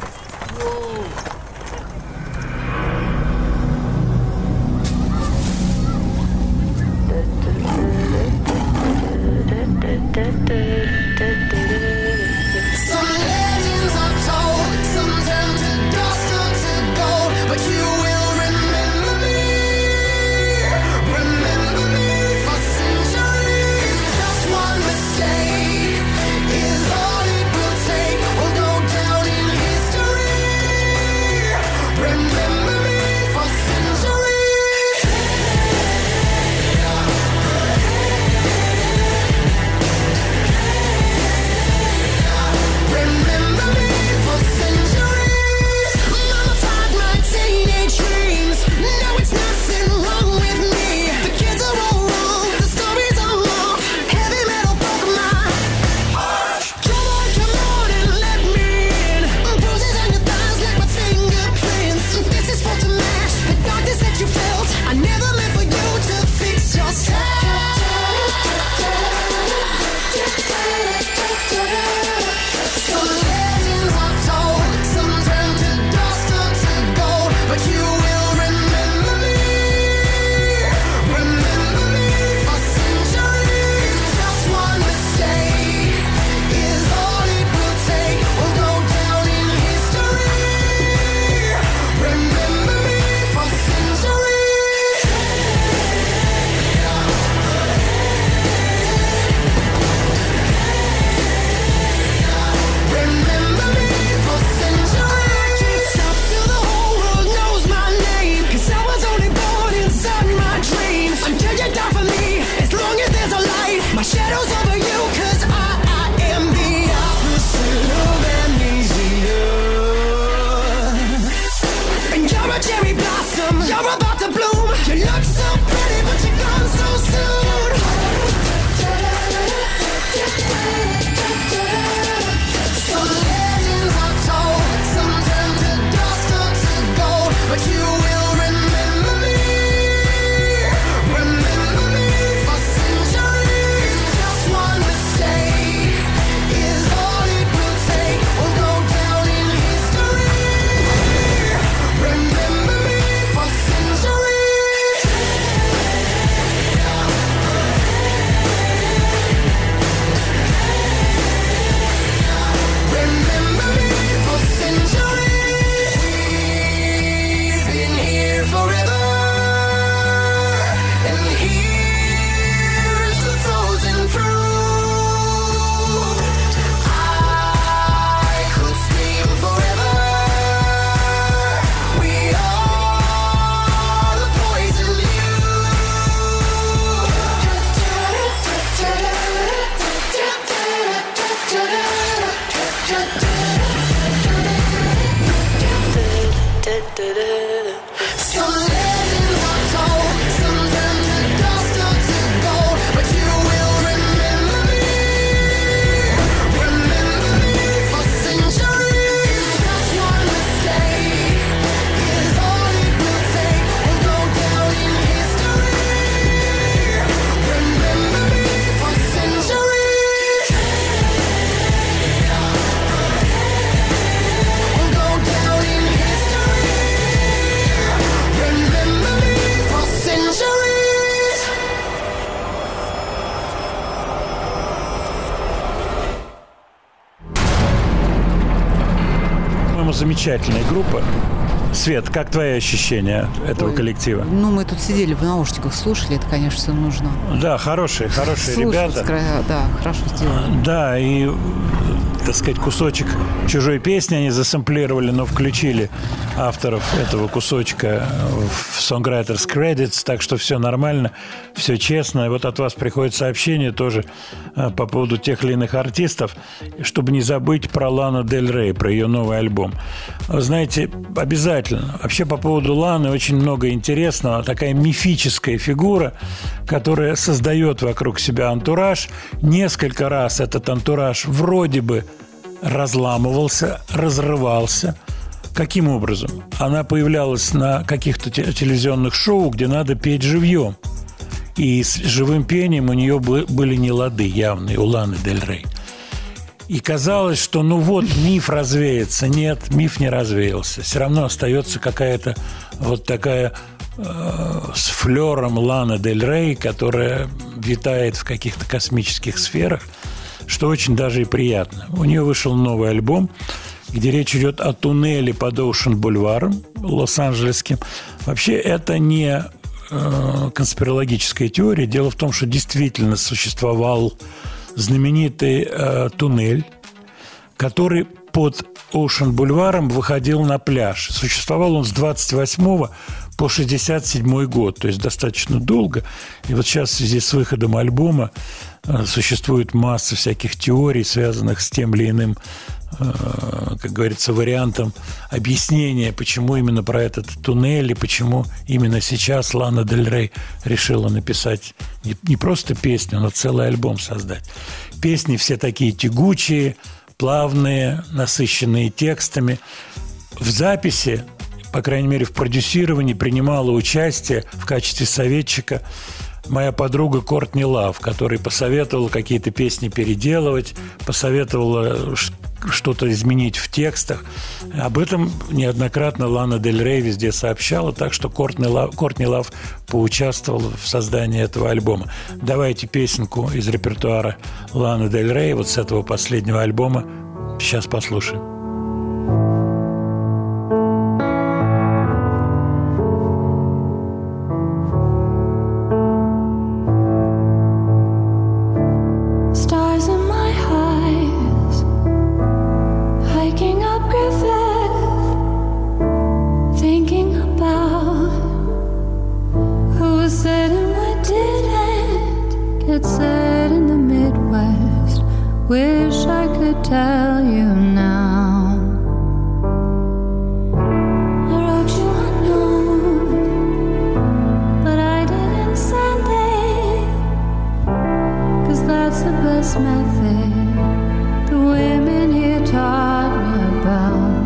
Замечательная группа. Свет, как твои ощущения этого коллектива? Ну, мы тут сидели в наушниках, слушали, это, конечно, все нужно. Да, хорошие ребята. Да, хорошо сделано. Да, и так сказать, кусочек чужой песни они засэмплировали, но включили авторов этого кусочка в Songwriters Credits, так что все нормально, все честно. И вот от вас приходит сообщение тоже по поводу тех или иных артистов, чтобы не забыть про Лану Дель Рей, про ее новый альбом. Вы знаете, обязательно. Вообще по поводу Ланы очень много интересного. Такая мифическая фигура, которая создает вокруг себя антураж. Несколько раз этот антураж вроде бы разламывался, разрывался. Каким образом? Она появлялась на каких-то телевизионных шоу, где надо петь живьем. И с живым пением у нее были нелады явные, у Ланы Дель Рей. И казалось, что ну вот миф развеется. Нет, миф не развеялся. Все равно остается какая-то вот такая с флером Лана Дель Рей, которая витает в каких-то космических сферах, что очень даже и приятно. У нее вышел новый альбом, где речь идет о туннеле под Оушен-бульваром лос-анджелесским. Вообще это не конспирологическая теория. Дело в том, что действительно существовал знаменитый туннель, который под Оушен-бульваром выходил на пляж. Существовал он с 28 по 67 год, то есть достаточно долго. И вот сейчас в связи с выходом альбома существует масса всяких теорий, связанных с тем или иным, как говорится, вариантом объяснения, почему именно про этот туннель и почему именно сейчас Лана Дель Рей решила написать не просто песню, но целый альбом создать. Песни все такие тягучие, плавные, насыщенные текстами. В записи, по крайней мере, в продюсировании принимала участие в качестве советчика моя подруга Кортни Лав, которая посоветовала какие-то песни переделывать, посоветовала что-то изменить в текстах. Об этом неоднократно Лана Дель Рей везде сообщала, так что Кортни Лав поучаствовала в создании этого альбома. Давайте песенку из репертуара Ланы Дель Рей, вот с этого последнего альбома, сейчас послушаем. Tell you now, I wrote you a note, but I didn't send it, 'cause that's the best method the women here taught me about.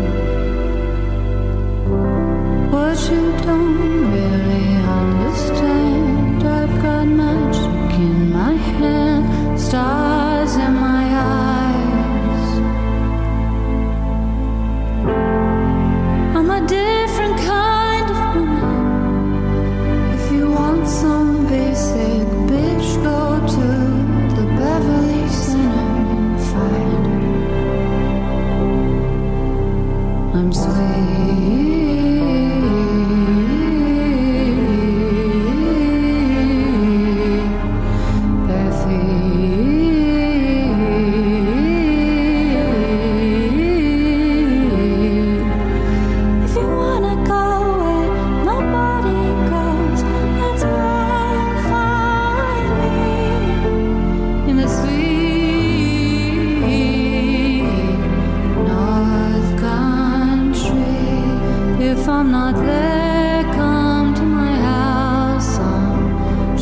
What you don't really understand, I've got magic in my hand, stars in my eyes. Different kind of woman. If you want some basic bitch, go to the Beverly Center and find her. I'm sweet. If I'm not there, come to my house on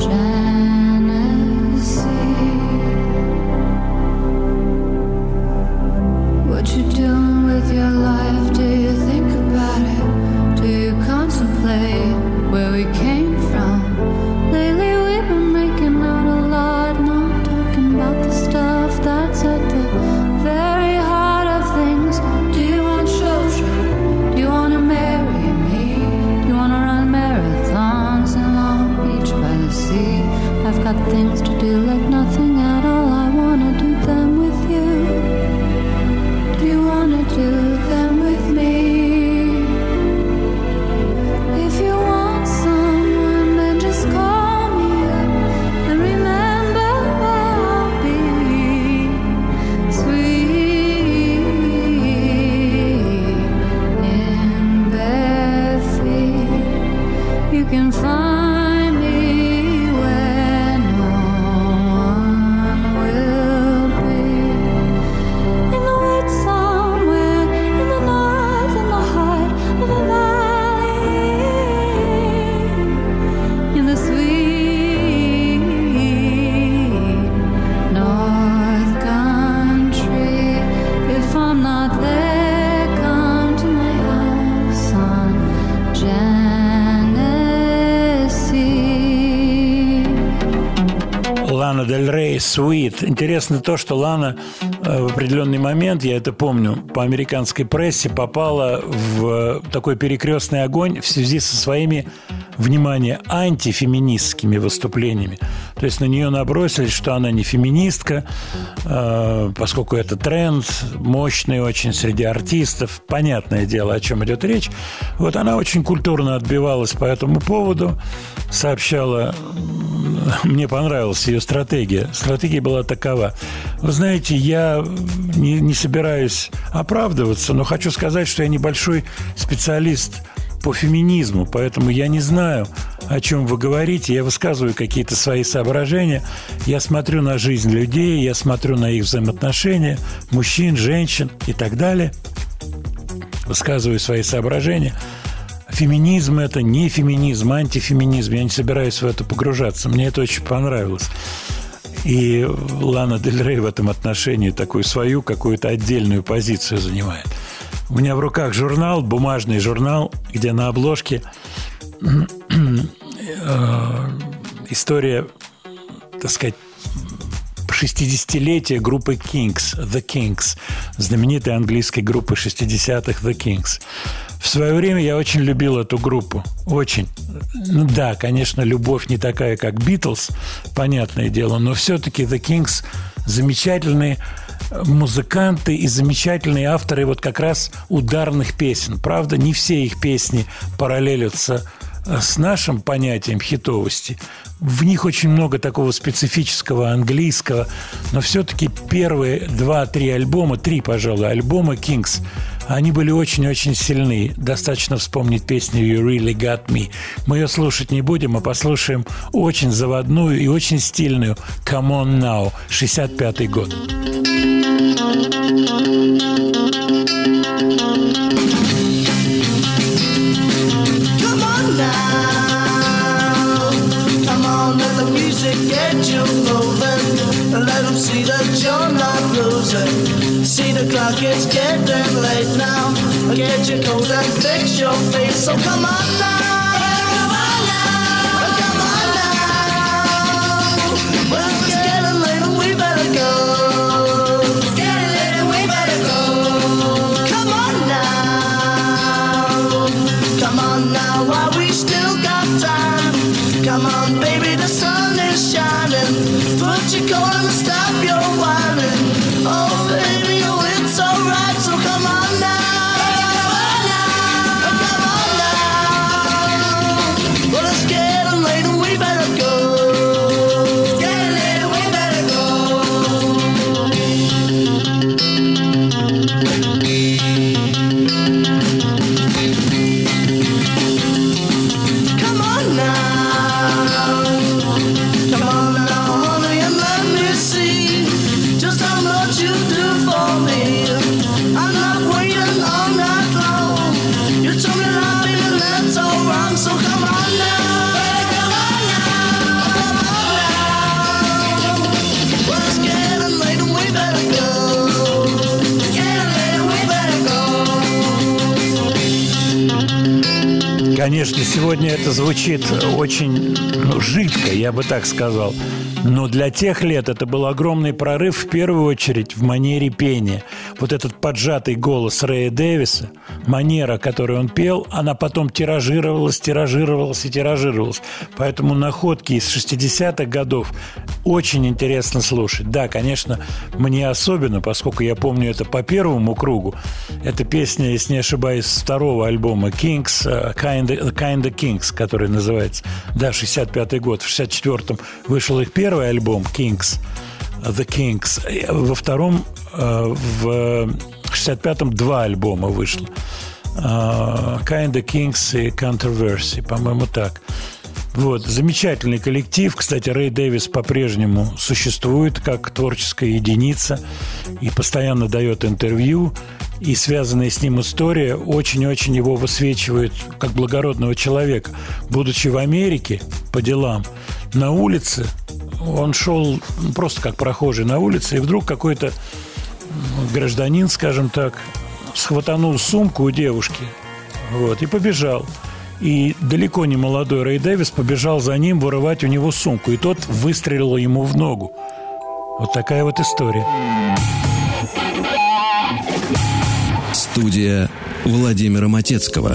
Genesee. What you doing with your life? Do you think about it? Do you contemplate where we came from? Lately we've been making out a lot, not talking about the stuff that's at the very heart of things. Do you want children? Do you want to marry me? Do Дель Рей, Sweet. Интересно то, что Лана в определенный момент, я это помню, по американской прессе попала в такой перекрестный огонь в связи со своими, внимание, антифеминистскими выступлениями. То есть на нее набросились, что она не феминистка, поскольку это тренд, мощный очень среди артистов. Понятное дело, о чем идет речь. Вот она очень культурно отбивалась по этому поводу, сообщала, мне понравилась ее стратегия. Стратегия была такова. Вы знаете, я не собираюсь оправдываться, но хочу сказать, что я небольшой специалист по феминизму, поэтому я не знаю, о чем вы говорите. Я высказываю какие-то свои соображения. Я смотрю на жизнь людей, я смотрю на их взаимоотношения, мужчин, женщин и так далее. Высказываю свои соображения. Феминизм – это не феминизм, антифеминизм. Я не собираюсь в это погружаться. Мне это очень понравилось. И Лана Дель Рей в этом отношении такую свою какую-то отдельную позицию занимает. У меня в руках журнал, бумажный журнал, где на обложке история, так сказать, 60-летия группы Kings, The Kings, знаменитой английской группы 60-х The Kings. В свое время я очень любил эту группу. Очень. Ну да, конечно, любовь не такая, как Beatles, понятное дело, но все-таки The Kings замечательные музыканты и замечательные авторы вот как раз ударных песен. Правда, не все их песни параллелятся с нашим понятием хитовости. В них очень много такого специфического английского, но все-таки первые 2-3 альбома, 3, пожалуй, альбома Kings, они были очень-очень сильны. Достаточно вспомнить песню «You Really Got Me». Мы ее слушать не будем, а послушаем очень заводную и очень стильную «Come On Now», 65-й год. Get you moving, let them see that you're not losing. See the clock, it's getting late now. Get your coat and fix your face. So come on now, come on now, come on now. Well, it's getting late and we better go. It's getting late and we better go. Come on now, while we still got time. Come on, baby, the sun is shining. Put your coat on and stop your whining. Oh, baby, oh, it's alright, so come on now. Come on now. Well, it's getting late and we better go. It's getting late and we better go. Come on now. Конечно, сегодня это звучит очень жидко, я бы так сказал. Но для тех лет это был огромный прорыв, в первую очередь, в манере пения. Вот этот поджатый голос Рэя Дэвиса, манера, которой он пел, она потом тиражировалась. Поэтому находки из 60-х годов очень интересно слушать. Да, конечно, мне особенно, поскольку я помню это по первому кругу. Это песня, если не ошибаюсь, с второго альбома Kings, Kinda Kings, который называется, да, 65-й год. В 64-м вышел их первый альбом Kings, The Kings. Во втором, в 65-м 2 альбома вышло. Kinda Kings и Controversy, по-моему, так. Вот, замечательный коллектив. Кстати, Рэй Дэвис по-прежнему существует как творческая единица и постоянно дает интервью. И связанная с ним история очень-очень его высвечивает как благородного человека. Будучи в Америке по делам, на улице он шел просто как прохожий на улице, и вдруг какой-то гражданин, скажем так, схватанул сумку у девушки, вот, и побежал. И далеко не молодой Рэй Дэвис побежал за ним вырывать у него сумку. И тот выстрелил ему в ногу. Вот такая вот история. Студия Владимира Матецкого.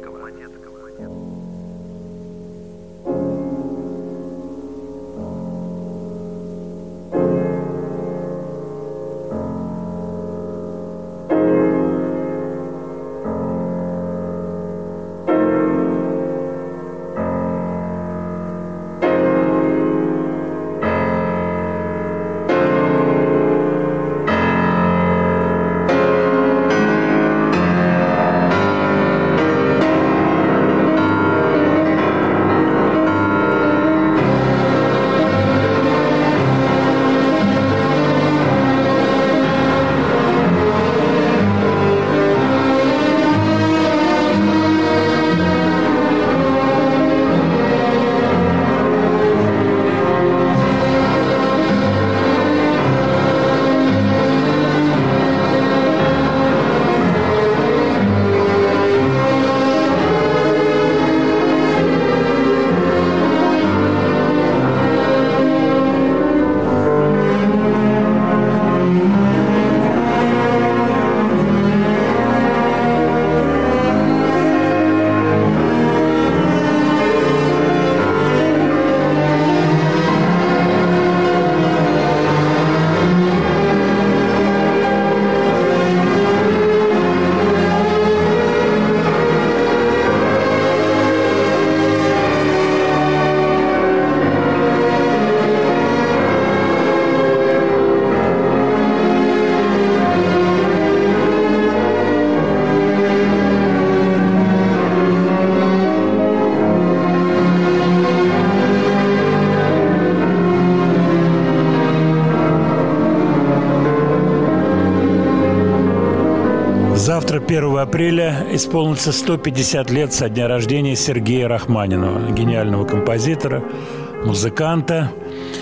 Завтра, 1 апреля, исполнится 150 лет со дня рождения Сергея Рахманинова, гениального композитора, музыканта.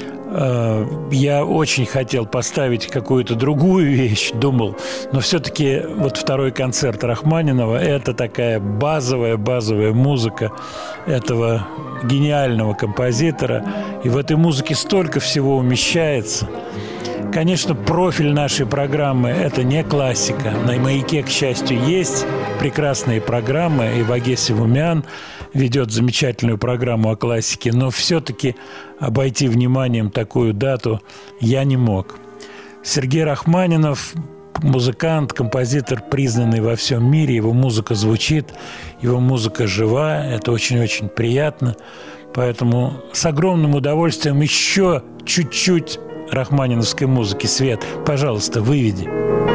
Я очень хотел поставить какую-то другую вещь, думал, но все-таки вот второй концерт Рахманинова – это такая базовая музыка этого гениального композитора. И в этой музыке столько всего умещается. Конечно, профиль нашей программы – это не классика. На «Маяке», к счастью, есть прекрасные программы, и Ваге Севумян ведет замечательную программу о классике, но все-таки обойти вниманием такую дату я не мог. Сергей Рахманинов – музыкант, композитор, признанный во всем мире, его музыка звучит, его музыка жива, это очень-очень приятно. Поэтому с огромным удовольствием еще чуть-чуть рахманиновской музыки. Свет, пожалуйста, выведи.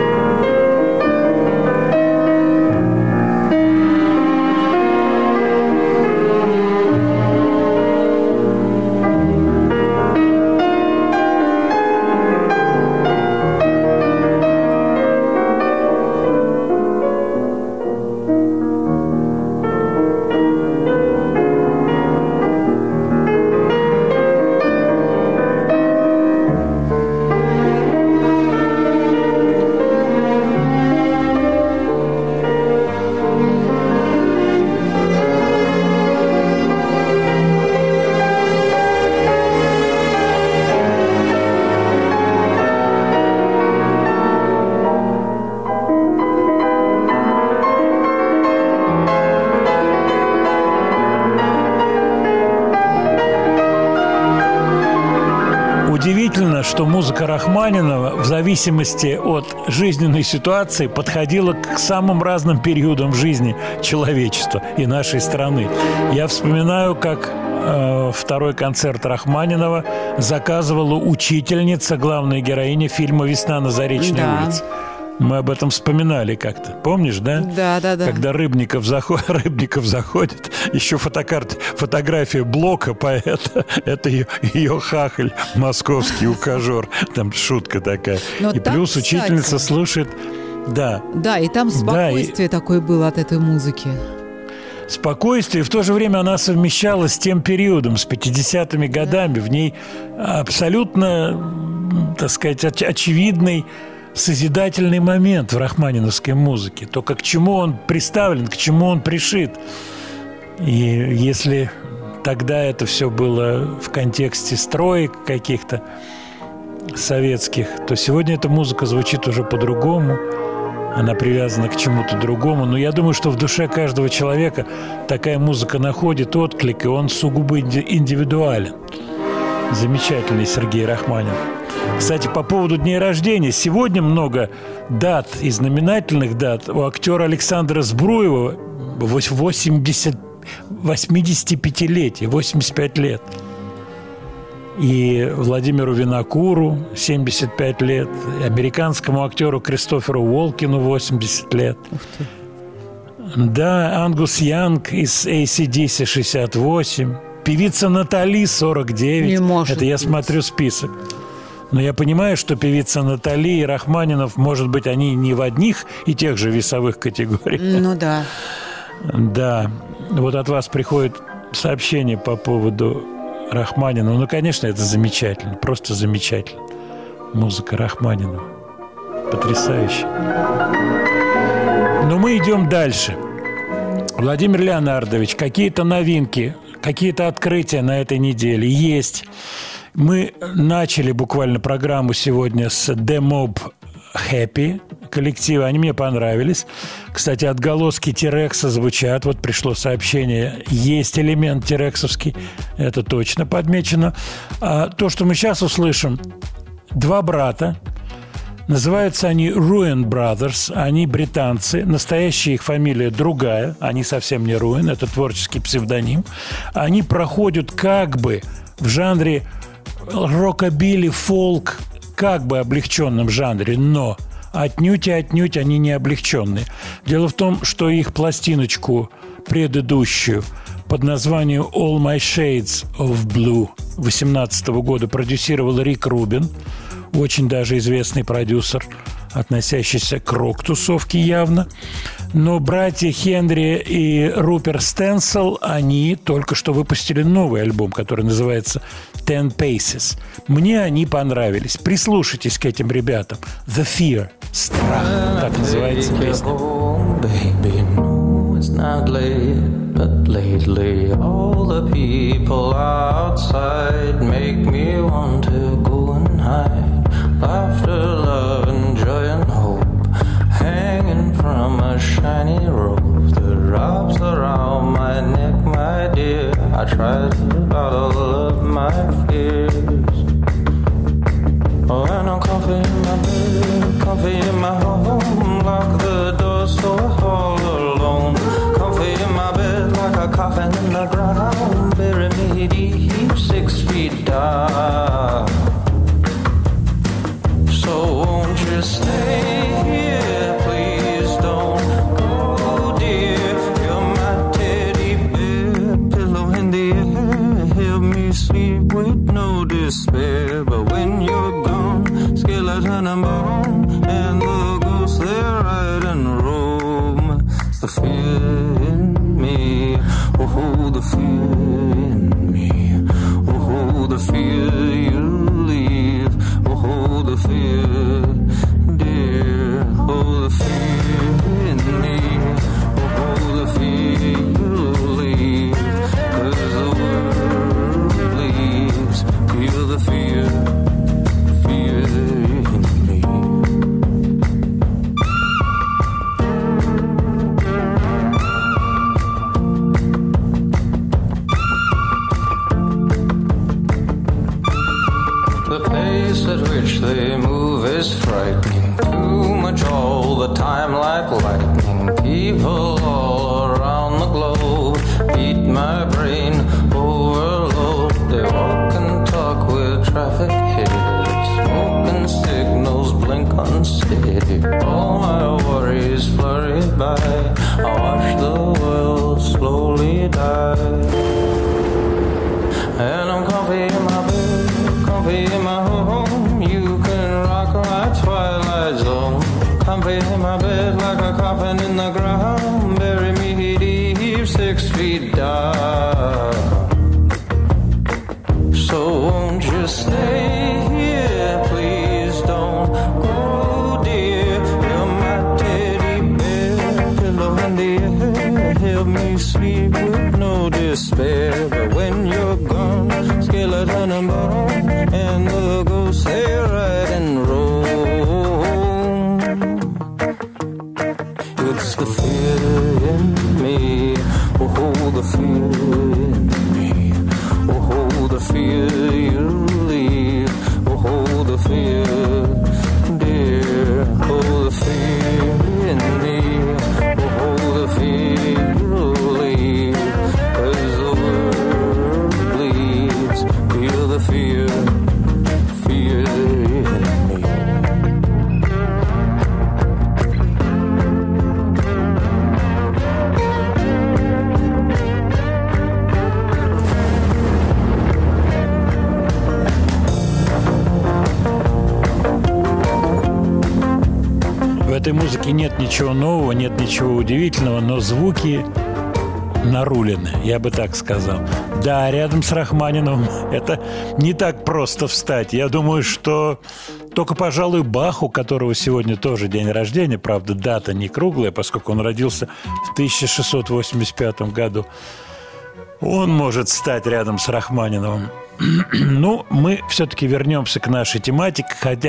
Удивительно, что музыка Рахманинова в зависимости от жизненной ситуации подходила к самым разным периодам жизни человечества и нашей страны. Я вспоминаю, как второй концерт Рахманинова заказывала учительница, главная героиня фильма «Весна на Заречной улице». Мы об этом вспоминали как-то. Помнишь, да? Да. Когда Рыбников заходит, еще фотография Блока, поэта, это ее хахаль, московский ухажер. Там шутка такая. Но и там, плюс учительница кстати, слушает... Да, и там спокойствие такое было от этой музыки. Спокойствие, и в то же время она совмещалась с тем периодом, с 50-ми годами. В ней абсолютно, так сказать, очевидный созидательный момент в рахманиновской музыке. То, к чему он приставлен, к чему он пришит. И если тогда это все было в контексте строек каких-то советских, то сегодня эта музыка звучит уже по-другому. Она привязана к чему-то другому. Но я думаю, что в душе каждого человека такая музыка находит отклик, и он сугубо индивидуален. Замечательный Сергей Рахманинов. Кстати, по поводу дней рождения. Сегодня много дат и знаменательных дат. У актера Александра Збруева 85-летие, 85 лет. И Владимиру Винокуру 75 лет, и американскому актеру Кристоферу Уолкину 80 лет. Да, Ангус Янг из AC/DC 68, певица Натали 49. Не может Это я быть. смотрю список. Но я понимаю, что певица Натали и Рахманинов, может быть, они не в одних и тех же весовых категориях. Ну да. Да. Вот от вас приходит сообщение по поводу Рахманинова. Ну, конечно, это замечательно. Просто замечательно. Музыка Рахманинова. Потрясающе. Но мы идем дальше. Владимир Леонардович, какие-то новинки, какие-то открытия на этой неделе есть. Мы начали буквально программу сегодня с The Mob Happy коллектива. Они мне понравились. Кстати, отголоски Тирекса звучат. Вот пришло сообщение. Есть элемент тирексовский. Это точно подмечено. А то, что мы сейчас услышим, два брата. Называются они Ruin Brothers. Они британцы. Настоящая их фамилия другая. Они совсем не Ruin. Это творческий псевдоним. Они проходят как бы в жанре рокобили, фолк, как бы облегченном жанре, но отнюдь и отнюдь они не облегченные. Дело в том, что их пластиночку предыдущую под названием All My Shades of Blue 2018 года продюсировал Рик Рубин, очень даже известный продюсер, относящийся к рок-тусовке явно. Но братья Хенри и Руперт Стенсел, они только что выпустили новый альбом, который называется Ten Paces. Мне они понравились. Прислушайтесь к этим ребятам. The Fear. Страх. Так называется песня. It's not late, but lately all the people outside make me want to go and hide. Laughter, love, and joy and hope hanging from a shiny rope that wraps around my neck, my dear. I try to bottle up my fears. Oh, and I'm comfy in my bed, comfy in my home. Lock the door so I all alone. Comfy in my bed like a coffin in the ground. Bury me deep, 6 feet down. So won't you stay here, please don't go, dear. You're my teddy bear, pillow in the air. Help me sleep with no despair. But when you're gone, skeleton and bone, and the ghosts they ride and roam. It's the fear in me, oh, the fear in me, oh, the fear you leave, oh, the fear, dear, oh, the fear in me, oh, the fear you leave, 'cause the world believes, feel the fear, fear in me. The pace at which they move is frightening. Too much all the time like lightning. People all around the globe beat my brain overload. They walk and talk with traffic heads. Smoking signals blink unsteady. All my worries flurry by. I watch the world slowly die. And I'm comfy in my bed, comfy in my home. You can rock my twilight zone. Comfy in my bed like a coffin in the ground. Bury me deep, 6 feet down. So won't you stay here, please don't go, dear. You're my teddy bear, pillow in the air. help me sleep with no despair. But when you're gone, skeleton and bone, and the ghosts they ride and roam. It's the fear in me, oh, the fear in me, oh, the fear you leave, oh, the fear, dear, oh, the fear in me, oh, the fear you leave, as the world bleeds, feel the fear, fear in me. В этой музыке нет ничего нового, нет ничего удивительного, но звуки нарулены, я бы так сказал. Да, рядом с Рахманиновым это не так просто встать. Я думаю, что только, пожалуй, Бах, у которого сегодня тоже день рождения, правда, дата не круглая, поскольку он родился в 1685 году, он может стать рядом с Рахманиновым. Ну, мы все-таки вернемся к нашей тематике,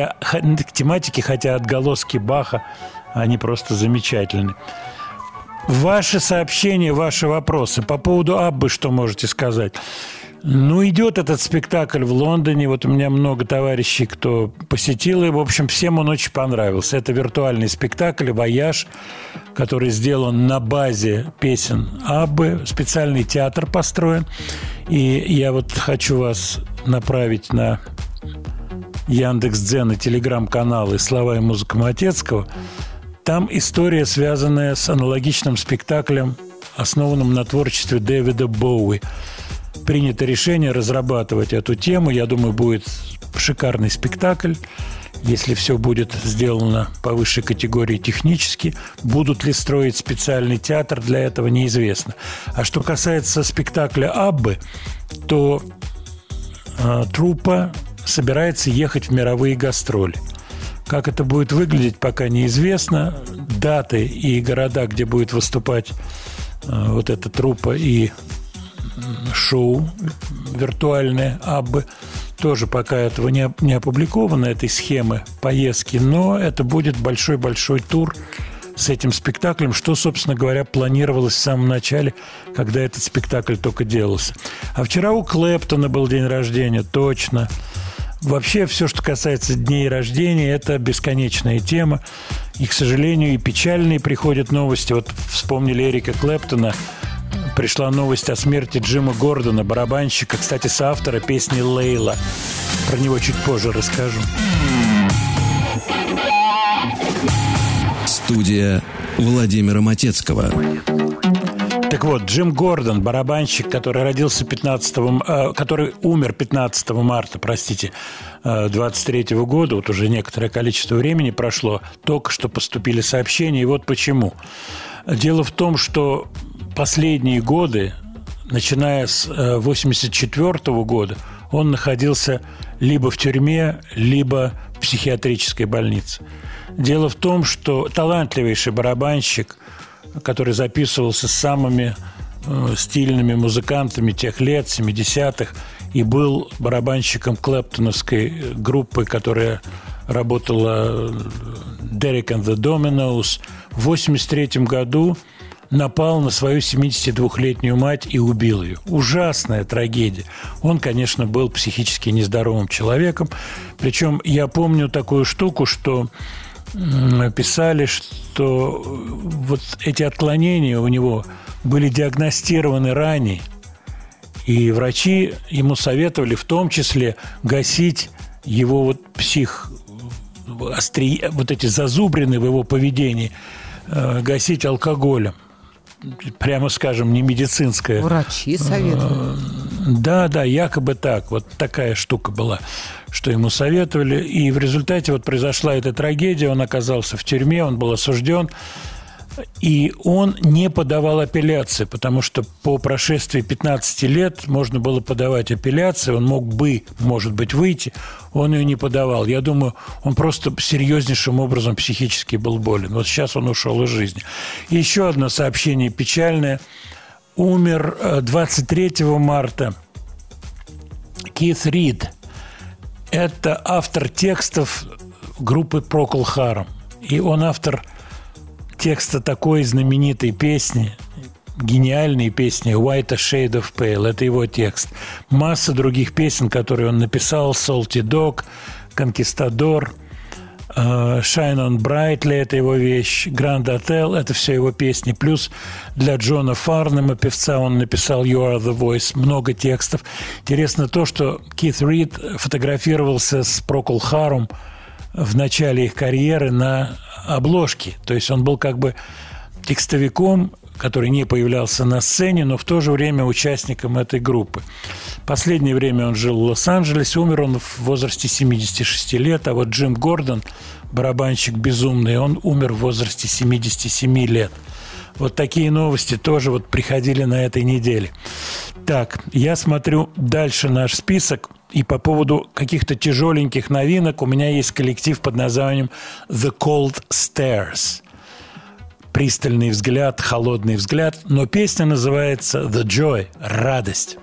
хотя отголоски Баха, они просто замечательны. Ваши сообщения, ваши вопросы по поводу Аббы, что можете сказать? Ну, идет этот спектакль в Лондоне. Вот у меня много товарищей, кто посетил его. В общем, всем он очень понравился. Это виртуальный спектакль «Вояж», который сделан на базе песен Аббы. Специальный театр построен. И я вот хочу вас направить на Яндекс.Дзен и телеграм-каналы «Слова и музыка Матецкого». Там история, связанная с аналогичным спектаклем, основанным на творчестве Дэвида Боуи. Принято решение разрабатывать эту тему. Я думаю, будет шикарный спектакль, если все будет сделано по высшей категории технически. Будут ли строить специальный театр, для этого неизвестно. А что касается спектакля Аббы, то труппа собирается ехать в мировые гастроли. Как это будет выглядеть, пока неизвестно. Даты и города, где будет выступать вот эта труппа и шоу виртуальное Аббы, тоже пока этого не опубликовано, этой схемы поездки, но это будет большой-большой тур с этим спектаклем, что, собственно говоря, планировалось в самом начале, когда этот спектакль только делался. А вчера у Клэптона был день рождения, точно. Вообще, все, что касается дней рождения, это бесконечная тема. И, к сожалению, и печальные приходят новости. Вот вспомнили Эрика Клэптона. Пришла новость о смерти Джима Гордона, барабанщика, кстати, соавтора песни «Лейла». Про него чуть позже расскажу. Студия Владимира Матецкого. Так вот, Джим Гордон, барабанщик, который который умер 15 марта, 23 года, вот уже некоторое количество времени прошло, только что поступили сообщения, и вот почему. Дело в том, что последние годы, начиная с 1984 года, он находился либо в тюрьме, либо в психиатрической больнице. Дело в том, что талантливейший барабанщик, который записывался с самыми стильными музыкантами тех лет, 70-х, и был барабанщиком клэптоновской группы, которая работала Derek and the Dominos, в 1983 году напал на свою 72-летнюю мать и убил ее. Ужасная трагедия. Он, конечно, был психически нездоровым человеком. Причем я помню такую штуку, что писали, что вот эти отклонения у него были диагностированы ранее, и врачи ему советовали в том числе гасить его вот вот эти зазубрины в его поведении, гасить алкоголем. Прямо скажем, не медицинская. Врачи советовали. Да, якобы так. Вот такая штука была, что ему советовали. И в результате вот произошла эта трагедия. Он оказался в тюрьме, он был осужден. И он не подавал апелляции, потому что по прошествии 15 лет можно было подавать апелляцию, он мог бы, может быть, выйти, он ее не подавал. Я думаю, он просто серьезнейшим образом психически был болен. Вот сейчас он ушел из жизни. И еще одно сообщение печальное. Умер 23 марта Кит Рид. Это автор текстов группы Procol Harum. И он автор текста такой знаменитой песни, гениальной песни «White a Shade of Pale». Это его текст. Масса других песен, которые он написал. «Salty Dog», «Conquistador», «Shine on Brightly» – это его вещь, «Grand Hotel» – это все его песни. Плюс для Джона Фарнема, певца, он написал «You are the Voice», много текстов. Интересно то, что Кит Рид фотографировался с Procol Harum в начале их карьеры на обложке. То есть он был как бы текстовиком, который не появлялся на сцене, но в то же время участником этой группы. Последнее время он жил в Лос-Анджелесе, умер он в возрасте 76 лет, а вот Джим Гордон, барабанщик безумный, он умер в возрасте 77 лет. Вот такие новости тоже вот приходили на этой неделе. Так, я смотрю дальше наш список, и по поводу каких-то тяжеленьких новинок у меня есть коллектив под названием The Cold Stares. Пристальный взгляд, холодный взгляд, но песня называется The Joy, радость.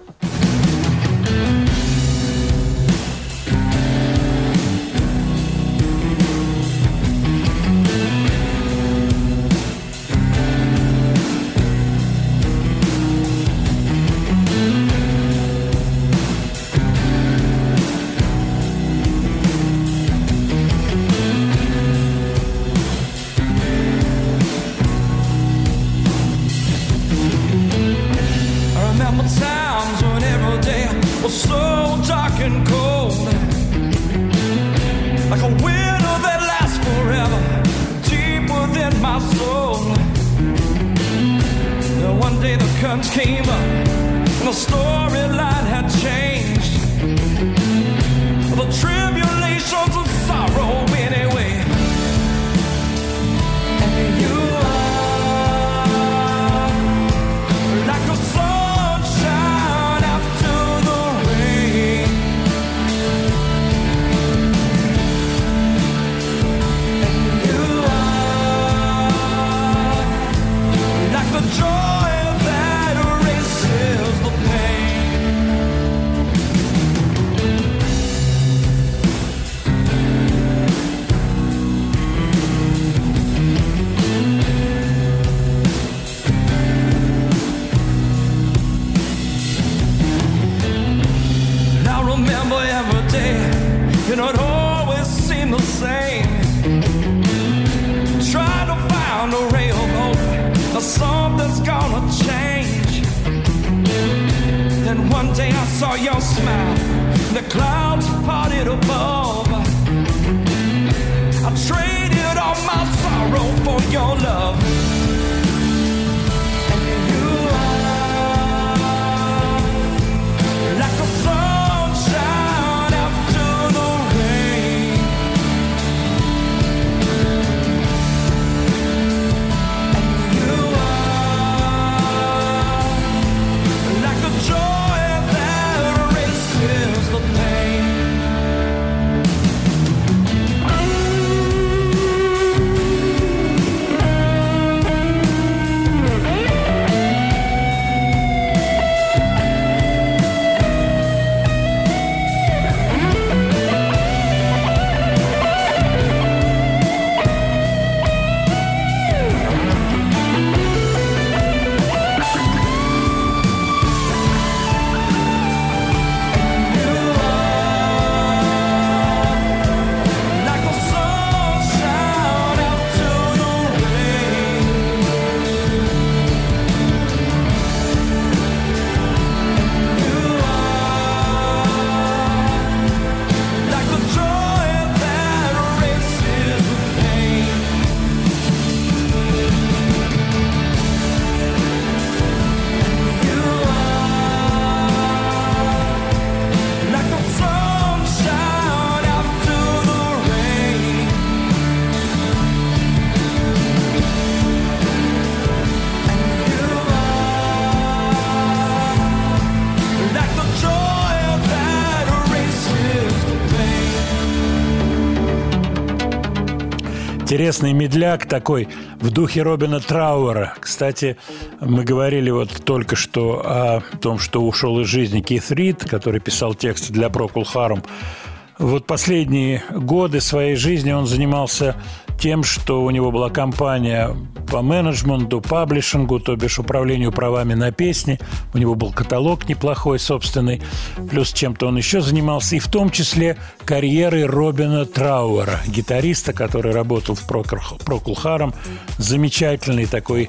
Интересный медляк такой в духе Робина Трауэра. Кстати, мы говорили вот только что о том, что ушел из жизни Кит Рид, который писал тексты для Procol Harum. Вот последние годы своей жизни он занимался тем, что у него была компания по менеджменту, паблишингу, то бишь управлению правами на песни. У него был каталог неплохой, собственный. Плюс чем-то он еще занимался. И в том числе карьерой Робина Трауэра, гитариста, который работал в Procol Harum. Замечательный такой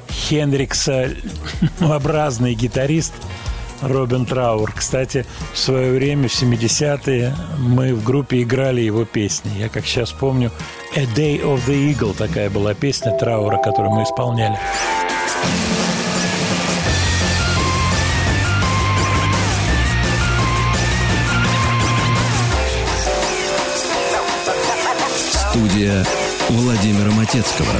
Хендрикса-образный гитарист Робин Трауэр. Кстати, в свое время, в 70-е, мы в группе играли его песни. Я, как сейчас помню, «A Day of the Eagle» такая была песня Трауэра, которую мы исполняли. Студия Владимира Матецкого.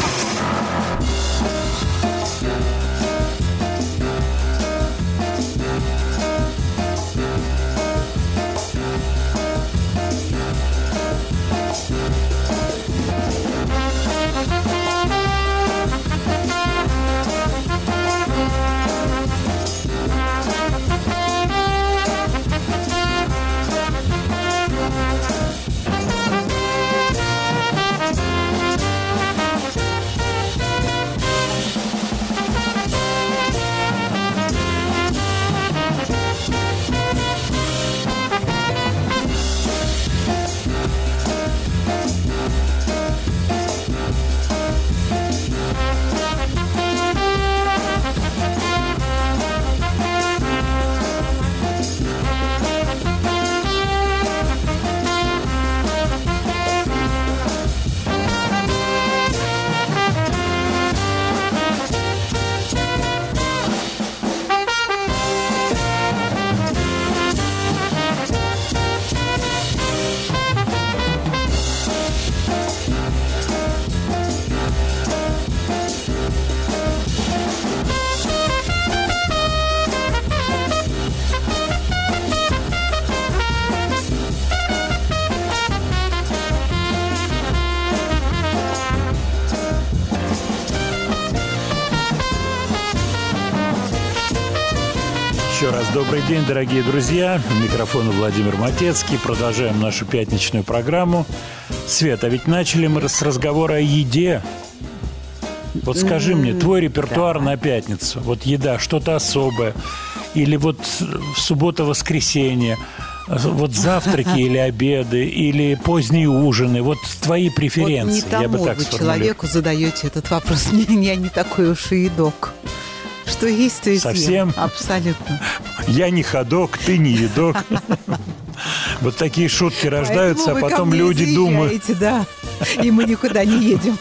Еще раз добрый день, дорогие друзья. Микрофон Владимир Матецкий. Продолжаем нашу пятничную программу. Свет, а ведь начали мы с разговора о еде. Вот скажи мне, твой репертуар на пятницу. Вот еда, что-то особое. Или вот в субботу-воскресенье. Вот завтраки или обеды, или поздние ужины. Вот твои преференции. Вот не тому вы человеку задаете этот вопрос. Я не такой уж и едок. Что есть, то есть совсем? Абсолютно. Я не ходок, ты не едок. Вот такие шутки рождаются, а потом люди думают... Да, и мы никуда не едем.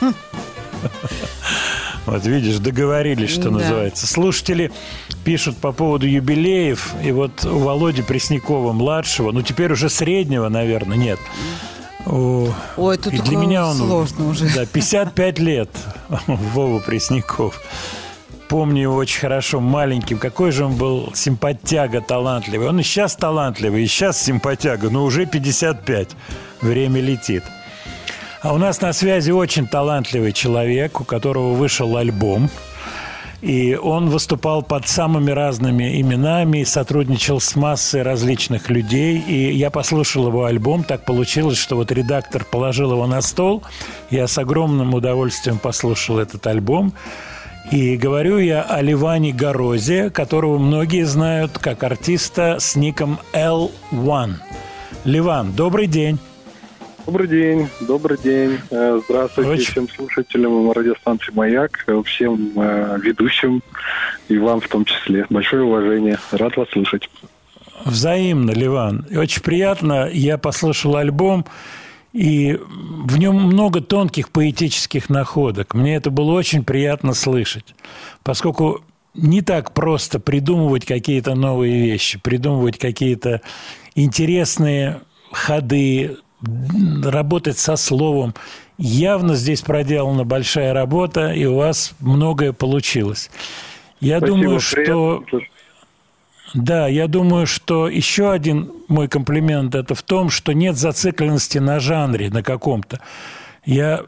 Вот видишь, договорились, что называется. Слушатели пишут по поводу юбилеев. И вот у Володи Преснякова-младшего, ну теперь уже среднего, наверное, нет. Ой, тут и для меня он сложно уже. Да, 55 лет Вова Пресняков. Помню его очень хорошо, маленьким. Какой же он был симпатяга, талантливый. Он и сейчас талантливый, и сейчас симпатяга, но уже 55. Время летит. А у нас на связи очень талантливый человек, у которого вышел альбом. И он выступал под самыми разными именами, сотрудничал с массой различных людей. И я послушал его альбом. Так получилось, что вот редактор положил его на стол. Я с огромным удовольствием послушал этот альбом. И говорю я о Леване Горозе, которого многие знают как артиста с ником L1. Леван, добрый день. Добрый день, добрый день. Здравствуйте всем слушателям радиостанции «Маяк», всем ведущим и вам в том числе. Большое уважение. Рад вас слышать. Взаимно, Леван. Очень приятно. Я послушал альбом, и в нем много тонких поэтических находок. Мне это было очень приятно слышать, поскольку не так просто придумывать какие-то новые вещи, придумывать какие-то интересные ходы, работать со словом. Явно здесь проделана большая работа, и у вас многое получилось. Я думаю, что... Да, я думаю, что еще один мой комплимент – это в том, что нет зацикленности на жанре, на каком-то. Я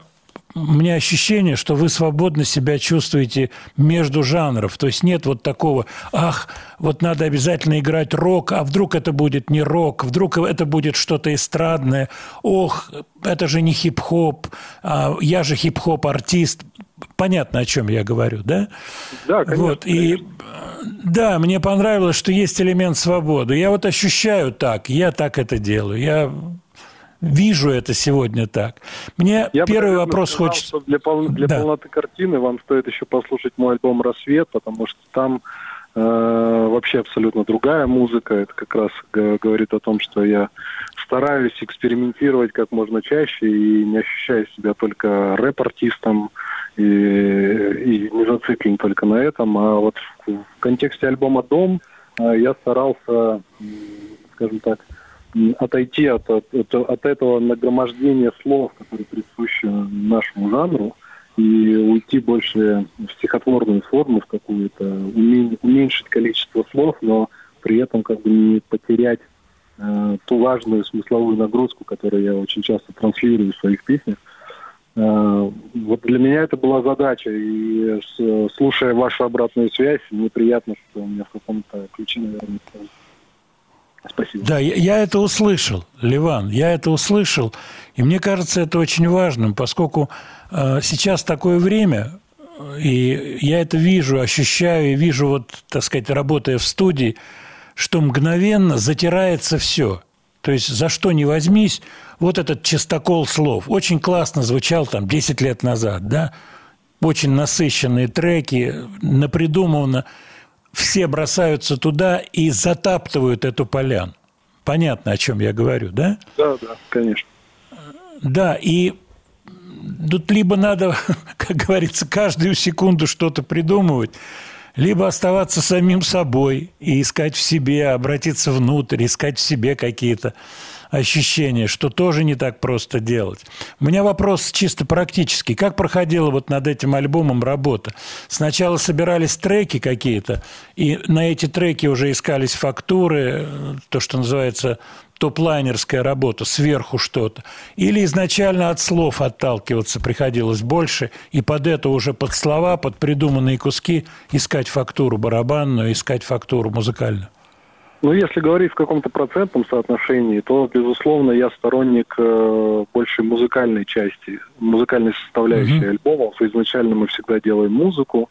у меня ощущение, что вы свободно себя чувствуете между жанров. То есть нет вот такого, вот надо обязательно играть рок, а вдруг это будет не рок, вдруг это будет что-то эстрадное. Это же не хип-хоп, я же хип-хоп-артист. Понятно, о чем я говорю, да? Да, конечно. Вот, и да, мне понравилось, что есть элемент свободы. Я вот ощущаю так, я так это делаю, я вижу это сегодня так. Мне первый вопрос хочется... Для полноты картины вам стоит еще послушать мой альбом «Рассвет», потому что там вообще абсолютно другая музыка. Это как раз говорит о том, что я стараюсь экспериментировать как можно чаще и не ощущаю себя только рэп-артистом и не зациклен только на этом. А вот в контексте альбома «Дом» я старался, скажем так, отойти от этого нагромождения слов, которые присущи нашему жанру, и уйти больше в стихотворную форму, в какую-то, уменьшить количество слов, но при этом как бы не потерять ту важную смысловую нагрузку, которую я очень часто транслирую в своих песнях. Вот для меня это была задача, и слушая вашу обратную связь, мне приятно, что у меня в каком-то ключе, наверное, спасибо. Да, я это услышал, Ливан, я это услышал, и мне кажется, это очень важным, поскольку сейчас такое время, и я это вижу, ощущаю, и вижу, вот, так сказать, работая в студии, что мгновенно затирается все. То есть за что ни возьмись, вот этот чистокол слов очень классно звучал там 10 лет назад, да, очень насыщенные треки, напридумано. Все бросаются туда и затаптывают эту поляну. Понятно, о чем я говорю, да? Да, конечно. Да, и тут либо надо, как говорится, каждую секунду что-то придумывать, либо оставаться самим собой и искать в себе, обратиться внутрь, искать в себе какие-то ощущения, что тоже не так просто делать. У меня вопрос чисто практический. Как проходила вот над этим альбомом работа? Сначала собирались треки какие-то, и на эти треки уже искались фактуры, то, что называется топлайнерская работа, сверху что-то. Или изначально от слов отталкиваться приходилось больше, и под это уже под слова, под придуманные куски искать фактуру барабанную, искать фактуру музыкальную? Ну, если говорить в каком-то процентном соотношении, то, безусловно, я сторонник большей музыкальной части, музыкальной составляющей альбомов. Изначально мы всегда делаем музыку.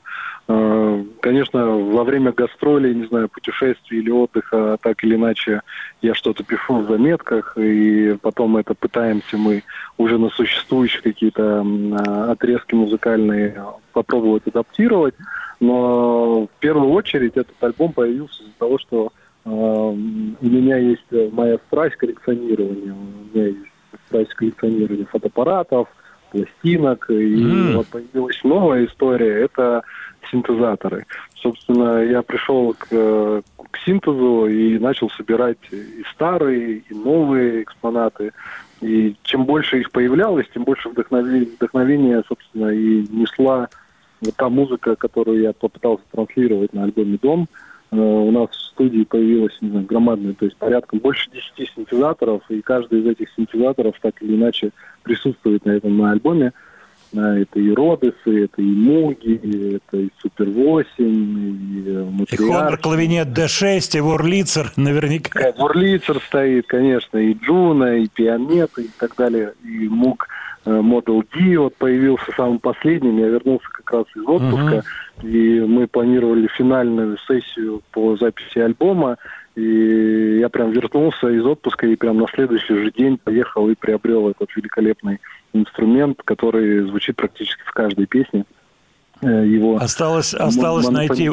Конечно, во время гастролей, не знаю, путешествий или отдыха, так или иначе, я что-то пишу в заметках, и потом это пытаемся мы уже на существующие какие-то отрезки музыкальные попробовать адаптировать. Но в первую очередь этот альбом появился из-за того, что у меня есть моя страсть коллекционирования. У меня есть страсть коллекционирования фотоаппаратов, пластинок. И вот появилась новая история – это синтезаторы. Собственно, я пришел к синтезу и начал собирать и старые, и новые экспонаты. И чем больше их появлялось, тем больше вдохновения, собственно, и несла вот та музыка, которую я попытался транслировать на альбоме «Дом». У нас в студии появилось, не знаю, громадное, то есть порядком больше 10 синтезаторов, и каждый из этих синтезаторов так или иначе присутствует на этом альбоме. Это и Родесы, это и Муги, это и Супер 8, и Матриарх. И Хондор Клавинет D6, и Вурлицер наверняка. Вурлицер стоит, конечно, и Джуна, и Пионет, и так далее, и Муг Model D вот появился самым последним. Я вернулся как раз из отпуска, и мы планировали финальную сессию по записи альбома, и я прям вернулся из отпуска и прям на следующий же день поехал и приобрел этот великолепный инструмент, который звучит практически в каждой песне. Его осталось найти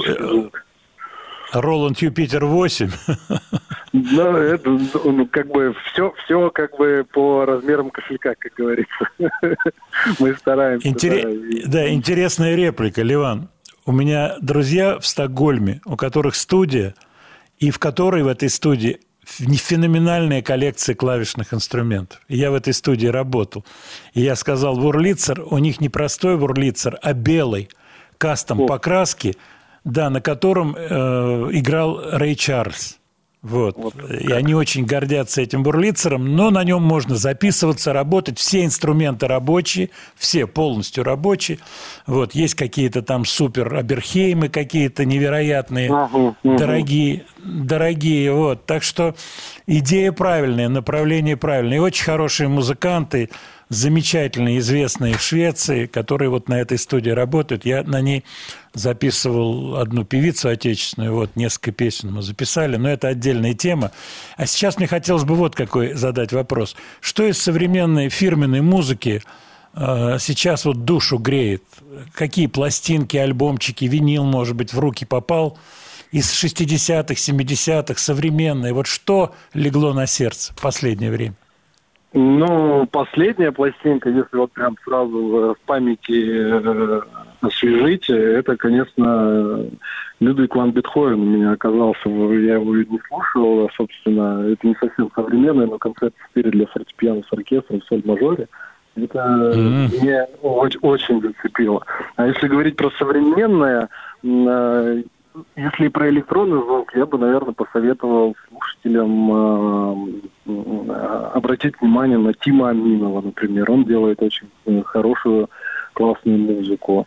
Роланд Юпитер 8. Ну, это как бы все как бы по размерам кошелька, как говорится. Мы стараемся. Да, интересная реплика, Ливан. У меня друзья в Стокгольме, у которых студия, и в которой в этой студии феноменальная коллекция клавишных инструментов. И я в этой студии работал. И я сказал, Вурлицер, у них не простой Вурлицер, а белый, кастом покраски, да, на котором играл Рэй Чарльз. Вот. И они очень гордятся этим Вурлицером, но на нем можно записываться, работать. Все инструменты рабочие, все полностью рабочие. Вот. Есть какие-то там супер Аберхеймы, какие-то невероятные, дорогие. Вот. Так что идея правильная, направление правильное. И очень хорошие музыканты, замечательные, известные в Швеции, которые вот на этой студии работают. Я на ней записывал одну певицу отечественную, вот, несколько песен мы записали, но это отдельная тема. А сейчас мне хотелось бы вот какой задать вопрос. Что из современной фирменной музыки сейчас вот душу греет? Какие пластинки, альбомчики, винил, может быть, в руки попал из 60-х, 70-х, современные? Вот что легло на сердце в последнее время? Ну, последняя пластинка, если вот прям сразу в памяти освежить, это, конечно, Людвиг ван Бетховен у меня оказался. Я его не слушал, собственно, это не совсем современное, но концерт «4» для фортепиано с оркестром в соль-мажоре. Это меня очень зацепило. А если говорить про современное, если про электронный звук, я бы, наверное, посоветовал слушателям обратить внимание на Тима Аминова, например. Он делает очень хорошую, классную музыку.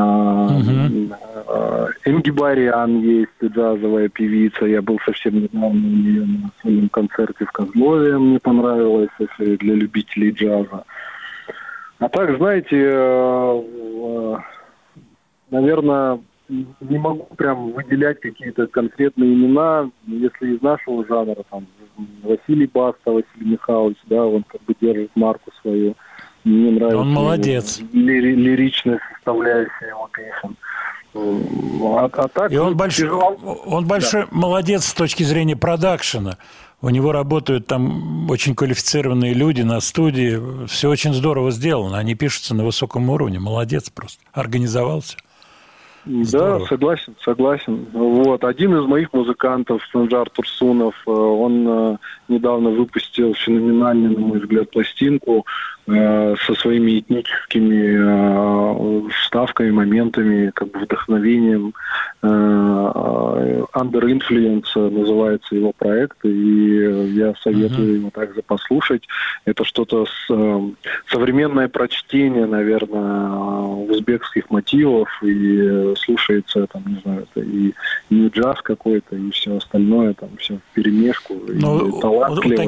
Эмги Бариан есть, джазовая певица. Я был совсем недавно у нее на своем концерте в Козлове. Мне понравилось, если для любителей джаза. А так, знаете, наверное, не могу прям выделять какие-то конкретные имена. Если из нашего жанра, там, Василий Баста, Василий Михайлович, да, он как бы держит марку свою. Мне нравится. Он молодец. Лиричная составляющая его песен. И он большой молодец с точки зрения продакшена. У него работают там очень квалифицированные люди на студии. Все очень здорово сделано. Они пишутся на высоком уровне. Молодец просто. Организовался. Здорово. Да, согласен. Вот. Один из моих музыкантов, Санжар Турсунов, он недавно выпустил феноменальную, на мой взгляд, пластинку со своими этническими вставками, моментами, как бы вдохновением. Under Influence называется его проект, и я советую ему также послушать. Это что-то современное прочтение, наверное, узбекских мотивов, и слушается, там, не знаю, это и джаз какой-то, и все остальное, там, все вперемешку, и талантливо.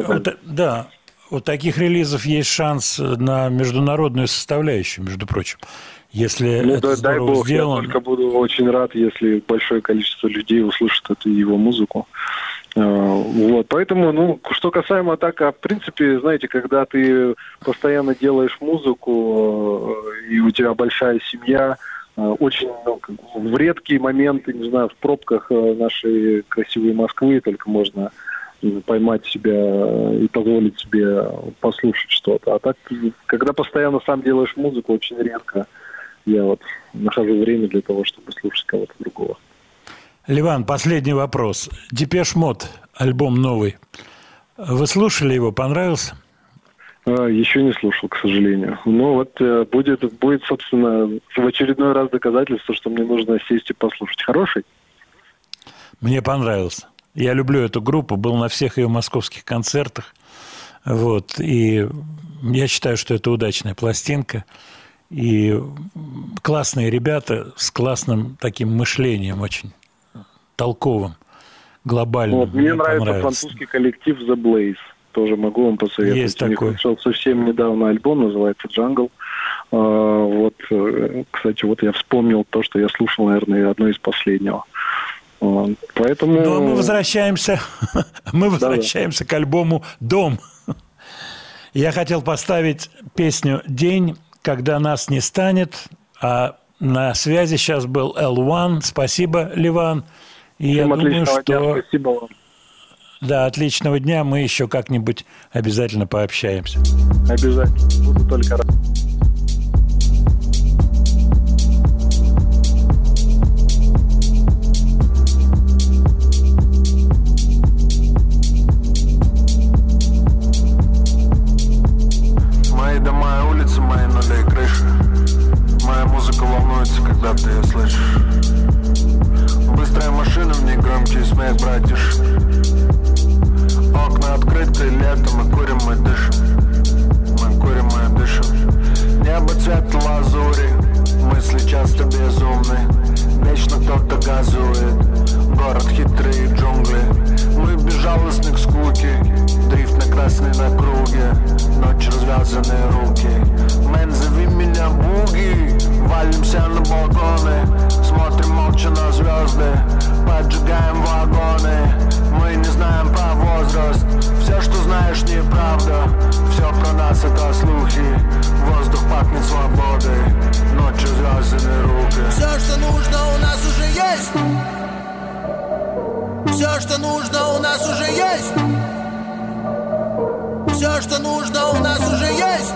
У таких релизов есть шанс на международную составляющую, между прочим. Если это здорово дай бог, сделано. Я только буду очень рад, если большое количество людей услышит эту его музыку. Вот, поэтому, что касаемо атака, в принципе, знаете, когда ты постоянно делаешь музыку, и у тебя большая семья, очень, в редкие моменты, не знаю, в пробках нашей красивой Москвы только можно поймать себя и позволить себе послушать что-то. А так, когда постоянно сам делаешь музыку, очень редко я вот нахожу время для того, чтобы слушать кого-то другого. Ливан, последний вопрос. Депеш Мод, альбом новый. Вы слушали его? Понравился? Еще не слушал, к сожалению. Но вот будет, собственно, в очередной раз доказательство, что мне нужно сесть и послушать. Хороший? Мне понравился. Я люблю эту группу, был на всех ее московских концертах. Вот. И я считаю, что это удачная пластинка. И классные ребята с классным таким мышлением, очень толковым, глобальным. Вот, мне нравится французский коллектив The Blaze. Тоже могу вам посоветовать. Есть такой. У них вышел совсем недавно альбом, называется «Джангл». Вот, кстати, вот я вспомнил то, что я слушал, наверное, одно из последнего. Поэтому... Но мы возвращаемся к альбому «Дом». Я хотел поставить песню «День, когда нас не станет», а на связи сейчас был L1. Спасибо, Ливан. И всем я думаю, что... дня, спасибо вам. Да, отличного дня. Мы еще как-нибудь обязательно пообщаемся. Обязательно. Буду только рад. Мои дома и улицы, мои нули и крыши. Моя музыка волнуется, когда ты ее слышишь. Быстрая машина, в ней громкий смех братишек. Все, что нужно, у нас уже есть. Все, что нужно, у нас уже есть.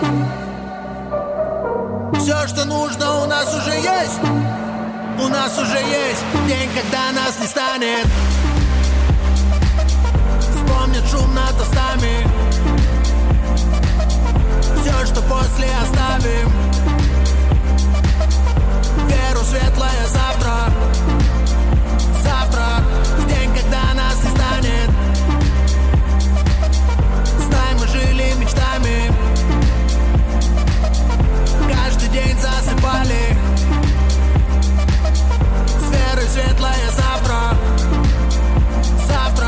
Все, что нужно, у нас уже есть. У нас уже есть день, когда нас не станет. Вспомнят шум над тостами. Все, что после, оставим. Веру в светлое завтра. Завтра, в день, когда нас не станет. Знай, мы жили мечтами. Каждый день засыпали. С верой в светлое завтра. Завтра.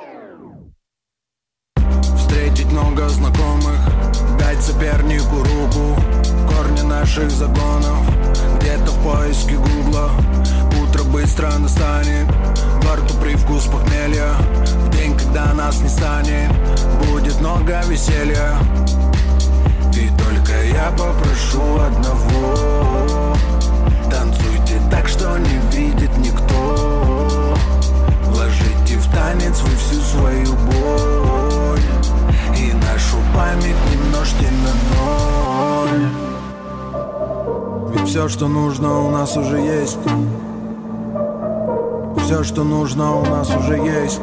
Встретить много знакомых, дать сопернику руку. Корни наших загонов где-то в поиске гугла. Утро быстро настанет, во рту привкус похмелья. В день, когда нас не станет, будет много веселья. И только я попрошу одного: танцуйте так, что не видит никто. Вложите в танец вы всю свою боль, и нашу память не множьте на ноль. Ведь все, что нужно, у нас уже есть. Все, что нужно, у нас уже есть.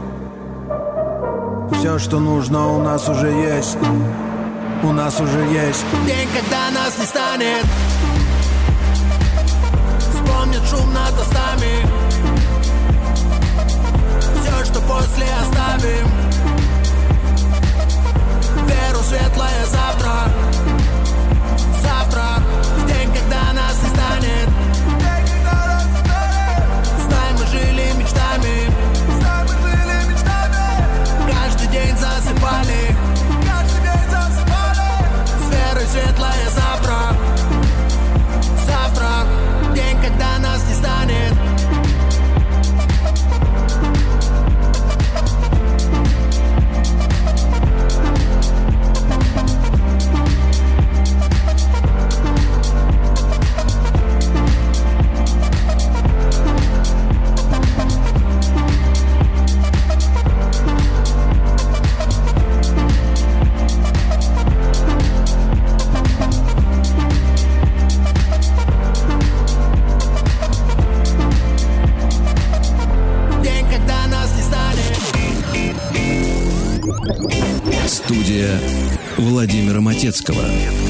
Все, что нужно, у нас уже есть. У нас уже есть день, когда нас не станет. Вспомнят шум над тостами. Все, что после, оставим. Веру в светлое завтра. Завтра, в день, когда нас не станет. Знай, мы жили мечтами. Каждый день засыпали. С верой в светлое завтра. Завтра, день, когда нас не станет. Студия Владимира Матецкого.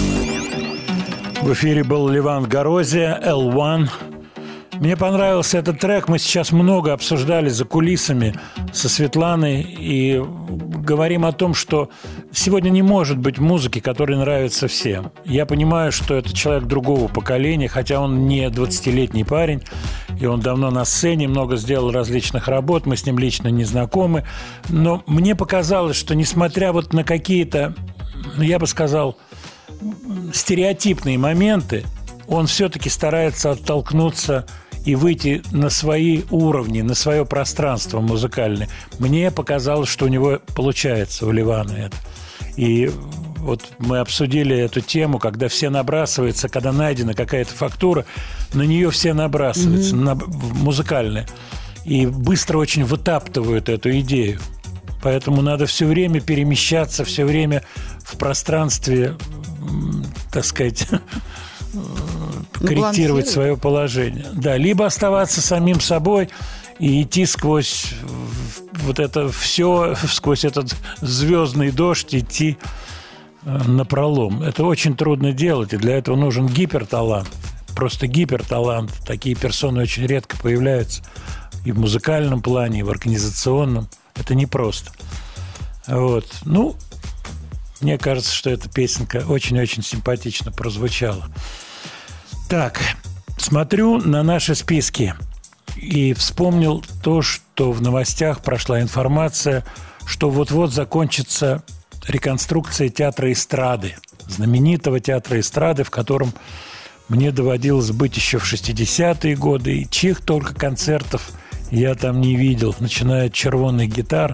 В эфире был Леван Горозия, L1. Мне понравился этот трек. Мы сейчас много обсуждали за кулисами со Светланой и говорим о том, что сегодня не может быть музыки, которая нравится всем. Я понимаю, что это человек другого поколения, хотя он не 20-летний парень, и он давно на сцене, много сделал различных работ, мы с ним лично не знакомы. Но мне показалось, что несмотря вот на какие-то, я бы сказал, стереотипные моменты, он все-таки старается оттолкнуться и выйти на свои уровни, на свое пространство музыкальное. Мне показалось, что у него получается, у Левана это. И вот мы обсудили эту тему, когда все набрасываются, когда найдена какая-то фактура, на нее все набрасываются, музыкальная. И быстро очень вытаптывают эту идею. Поэтому надо все время перемещаться, все время в пространстве, так сказать, корректировать свое положение. Да, либо оставаться самим собой и идти сквозь вот это все, сквозь этот звездный дождь идти напролом. Это очень трудно делать, и для этого нужен гиперталант. Просто гиперталант. Такие персоны очень редко появляются и в музыкальном плане, и в организационном. Это непросто. Вот. Ну, мне кажется, что эта песенка очень-очень симпатично прозвучала. Так, смотрю на наши списки и вспомнил то, что в новостях прошла информация, что вот-вот закончится реконструкция театра эстрады, знаменитого театра эстрады, в котором мне доводилось быть еще в 60-е годы, и чьих только концертов я там не видел, начиная от «Червоных гитар».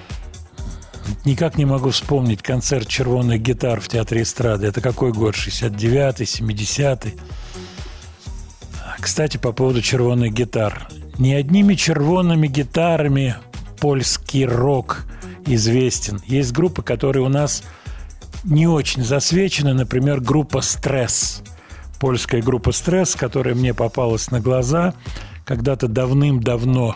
Никак не могу вспомнить концерт «Червоных гитар» в театре эстрады. Это какой год? 69-й, 70-й? Кстати, по поводу «Червоных гитар». не одними червонными гитарами польский рок известен. Есть группы, которые у нас не очень засвечены. Например, группа «Стресс». Польская группа «Стресс», которая мне попалась на глаза когда-то давным-давно.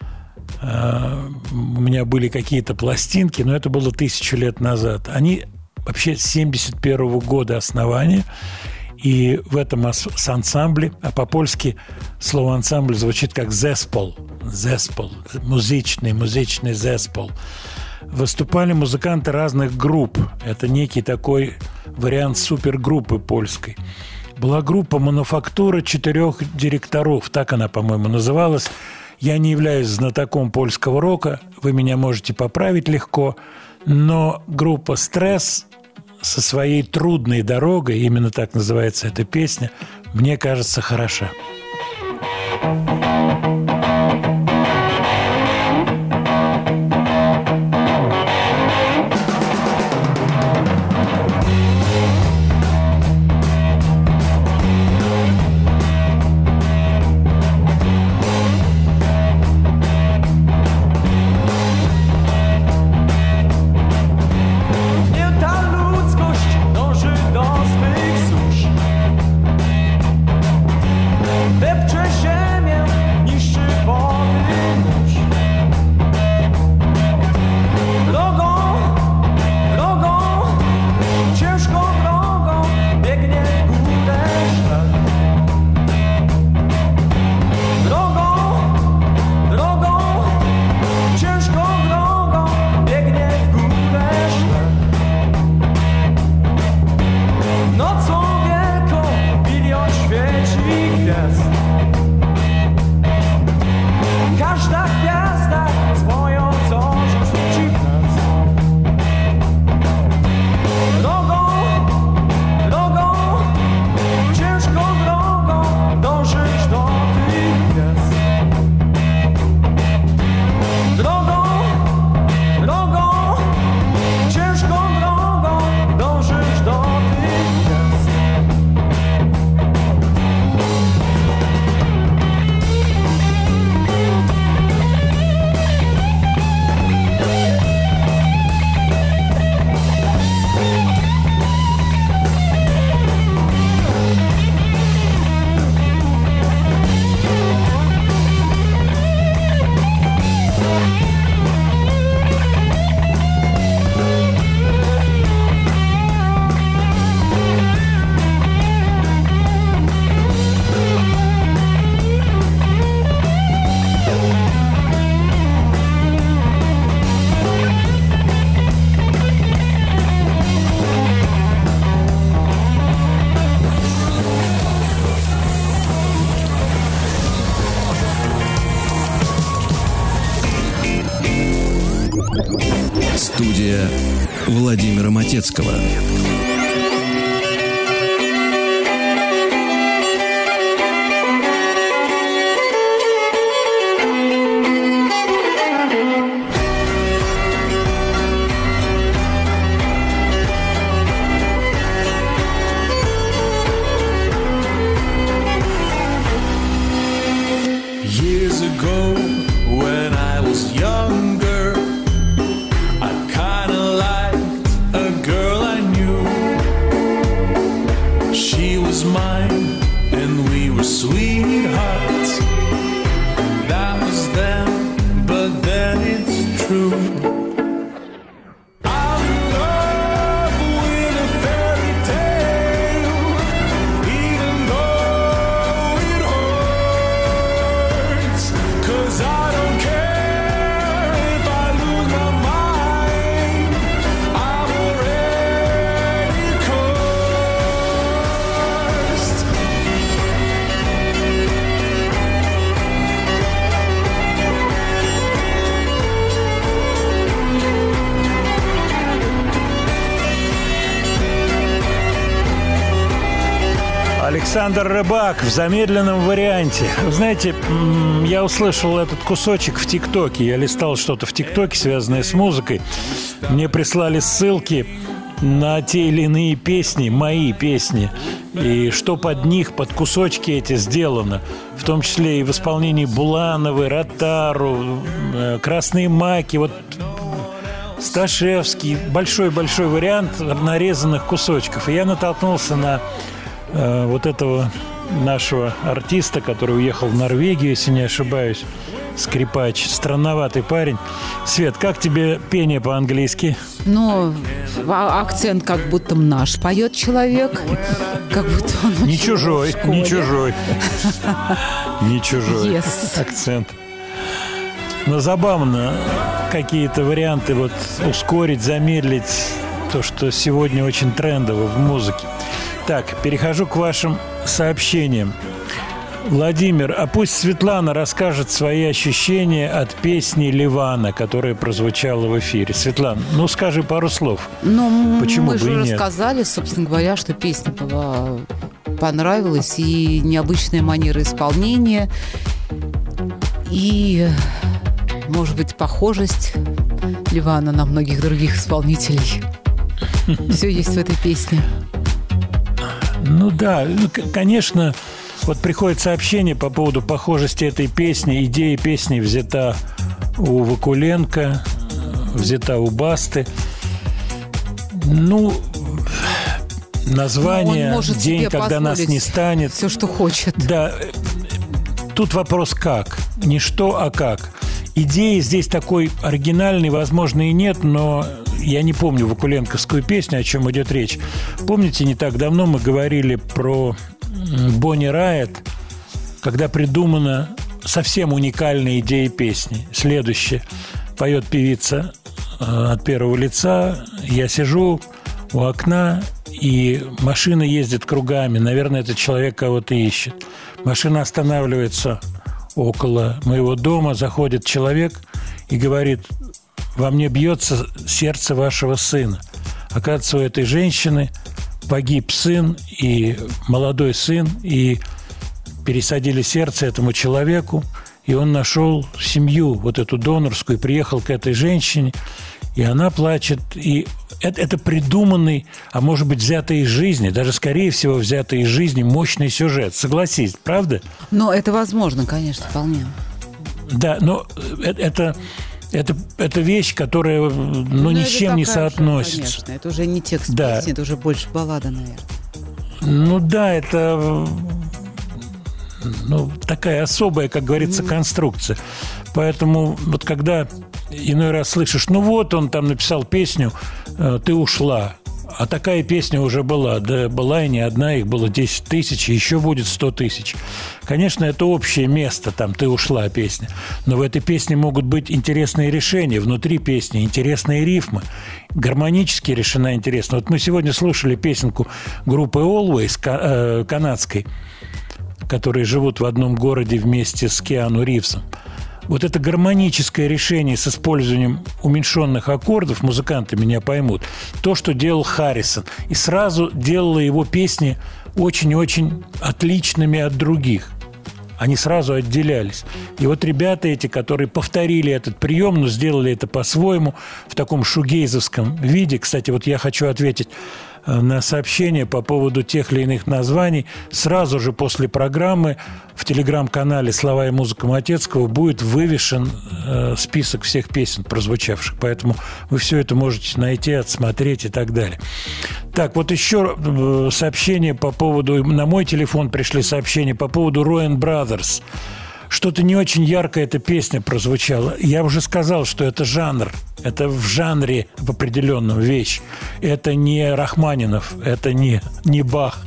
У меня были какие-то пластинки, но это было 1000 лет назад. Они вообще с 1971 года основания. И в этом ансамбле, а по-польски слово «ансамбль» звучит как «зеспол». «Зеспол», музычный зеспол. Выступали музыканты разных групп. Это некий такой вариант супергруппы польской. Была группа «Мануфактура 4 директоров», так она, по-моему, называлась. Я не являюсь знатоком польского рока, вы меня можете поправить легко, но группа «Стресс» со своей трудной дорогой, именно так называется эта песня, мне кажется, хороша. Студия Владимира Матецкого. Years ago, when I was younger, I kinda liked a girl I knew. She was mine, and we were sweethearts. That was then, but then it's true. I'm in love with a fairy tale, even though it hurts. 'Cause I don't care if I lose my mind, I'm already cursed. Александр Рыбак в замедленном варианте. Вы знаете, я услышал этот кусочек в ТикТоке. Я листал что-то в ТикТоке, связанное с музыкой. Мне прислали ссылки. на те или иные песни, мои песни, и что под них, под кусочки эти сделано, в том числе и в исполнении Булановой, Ротару, Красные маки, вот Сташевский, большой-большой вариант нарезанных кусочков. И я натолкнулся на вот этого нашего артиста, который уехал в Норвегию, если не ошибаюсь, скрипач, странноватый парень. Свет, как тебе пение по-английски? Ну, акцент как будто наш поет человек. Как будто он не чужой, не чужой. Не чужой yes. акцент. Но забавно, какие-то варианты вот ускорить, замедлить то, что сегодня очень трендово в музыке. Так, перехожу к вашим сообщениям. Владимир, а пусть Светлана расскажет свои ощущения от песни Ливана, которая прозвучала в эфире. Светлана, ну скажи пару слов. Ну, почему мы бы же и нет? рассказали, собственно говоря, что песня была понравилась, и необычная манера исполнения, и, может быть, похожесть Ливана на многих других исполнителей. Все есть в этой песне. Ну да, конечно. Вот приходит сообщение по поводу похожести этой песни. Идея песни взята у Вакуленко, взята у Басты. Ну, название «День, когда нас не станет». Все, что хочет. Да, тут вопрос «как». Не что, а как. Идеи здесь такой оригинальной, возможно, и нет, но я не помню вакуленковскую песню, о чем идет речь. Помните, не так давно мы говорили про Бонни Райт, когда придумана совсем уникальная идея песни. Следующее. Поет певица от первого лица. Я сижу у окна, и машина ездит кругами. Наверное, этот человек кого-то ищет. Машина останавливается около моего дома. Заходит человек и говорит: во мне бьется сердце вашего сына. Оказывается, у этой женщины погиб сын и молодой сын, и пересадили сердце этому человеку, и он нашел семью, вот эту донорскую, и приехал к этой женщине, и она плачет, и это придуманный, а может быть, взятый из жизни, даже, скорее всего, взятый из жизни мощный сюжет. Согласись, правда? Но это возможно, конечно, вполне. Да, но это вещь, которая ни с чем не соотносится. Конечно, это уже не текст песни, это уже больше баллада, наверное. Ну да, это такая особая, как говорится, конструкция. Поэтому вот когда иной раз слышишь, ну вот он там написал песню «Ты ушла», а такая песня уже была. Да была и не одна, их было 10 тысяч, и еще будет 100 тысяч. Конечно, это общее место, там «Ты ушла» песня. Но в этой песне могут быть интересные решения. Внутри песни интересные рифмы. Гармонически решена интересно. Вот мы сегодня слушали песенку группы Always, канадской, которые живут в одном городе вместе с Киану Ривзом. Вот это гармоническое решение с использованием уменьшенных аккордов, музыканты меня поймут, то, что делал Харрисон. И сразу делало его песни очень-очень отличными от других. Они сразу отделялись. И вот ребята эти, которые повторили этот прием, но сделали это по-своему, в таком шугейзовском виде. Кстати, вот я хочу ответить на сообщение по поводу тех или иных названий. Сразу же после программы в телеграм-канале «Слова и музыка Матецкого» будет вывешен список всех песен, прозвучавших. Поэтому вы все это можете найти, отсмотреть и так далее. Так, вот еще сообщение по поводу... На мой телефон пришли сообщения по поводу Rowan Brothers. Что-то не очень ярко эта песня прозвучала. Я уже сказал, что это жанр. Это в жанре в определенном вещь. Это не Рахманинов, это не Бах.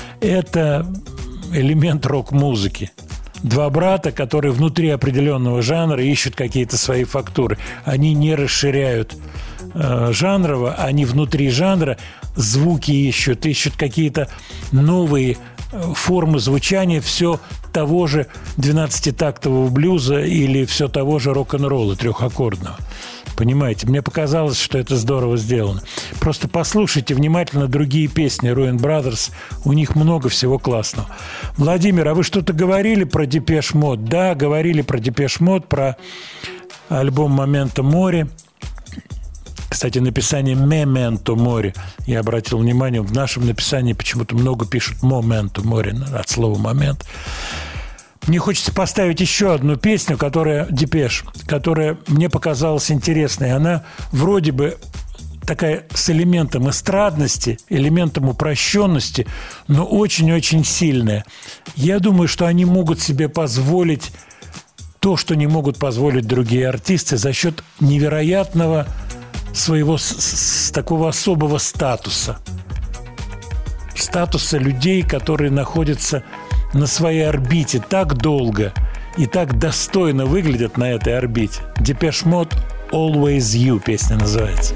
Это элемент рок-музыки. Два брата, которые внутри определенного жанра ищут какие-то свои фактуры. Они не расширяют жанрово, они внутри жанра звуки ищут какие-то новые формы звучания все того же 12-тактового блюза или все того же рок-н-ролла трехаккордного. Понимаете, мне показалось, что это здорово сделано. Просто послушайте внимательно другие песни Rowan Brothers, у них много всего классного. Владимир, а вы что-то говорили про Депеш Мод? Да, говорили про Депеш Мод, про альбом «Моменто море». Кстати, написание «мементо море». Я обратил внимание, в нашем написании почему-то много пишут «моменто море» от слова «момент». Мне хочется поставить еще одну песню, «Депеш», которая мне показалась интересной. Она вроде бы такая с элементом эстрадности, элементом упрощенности, но очень-очень сильная. Я думаю, что они могут себе позволить то, что не могут позволить другие артисты за счет невероятного своего такого особого статуса. Статуса людей, которые находятся на своей орбите так долго и так достойно выглядят на этой орбите. Depeche Mode «Always You» песня называется.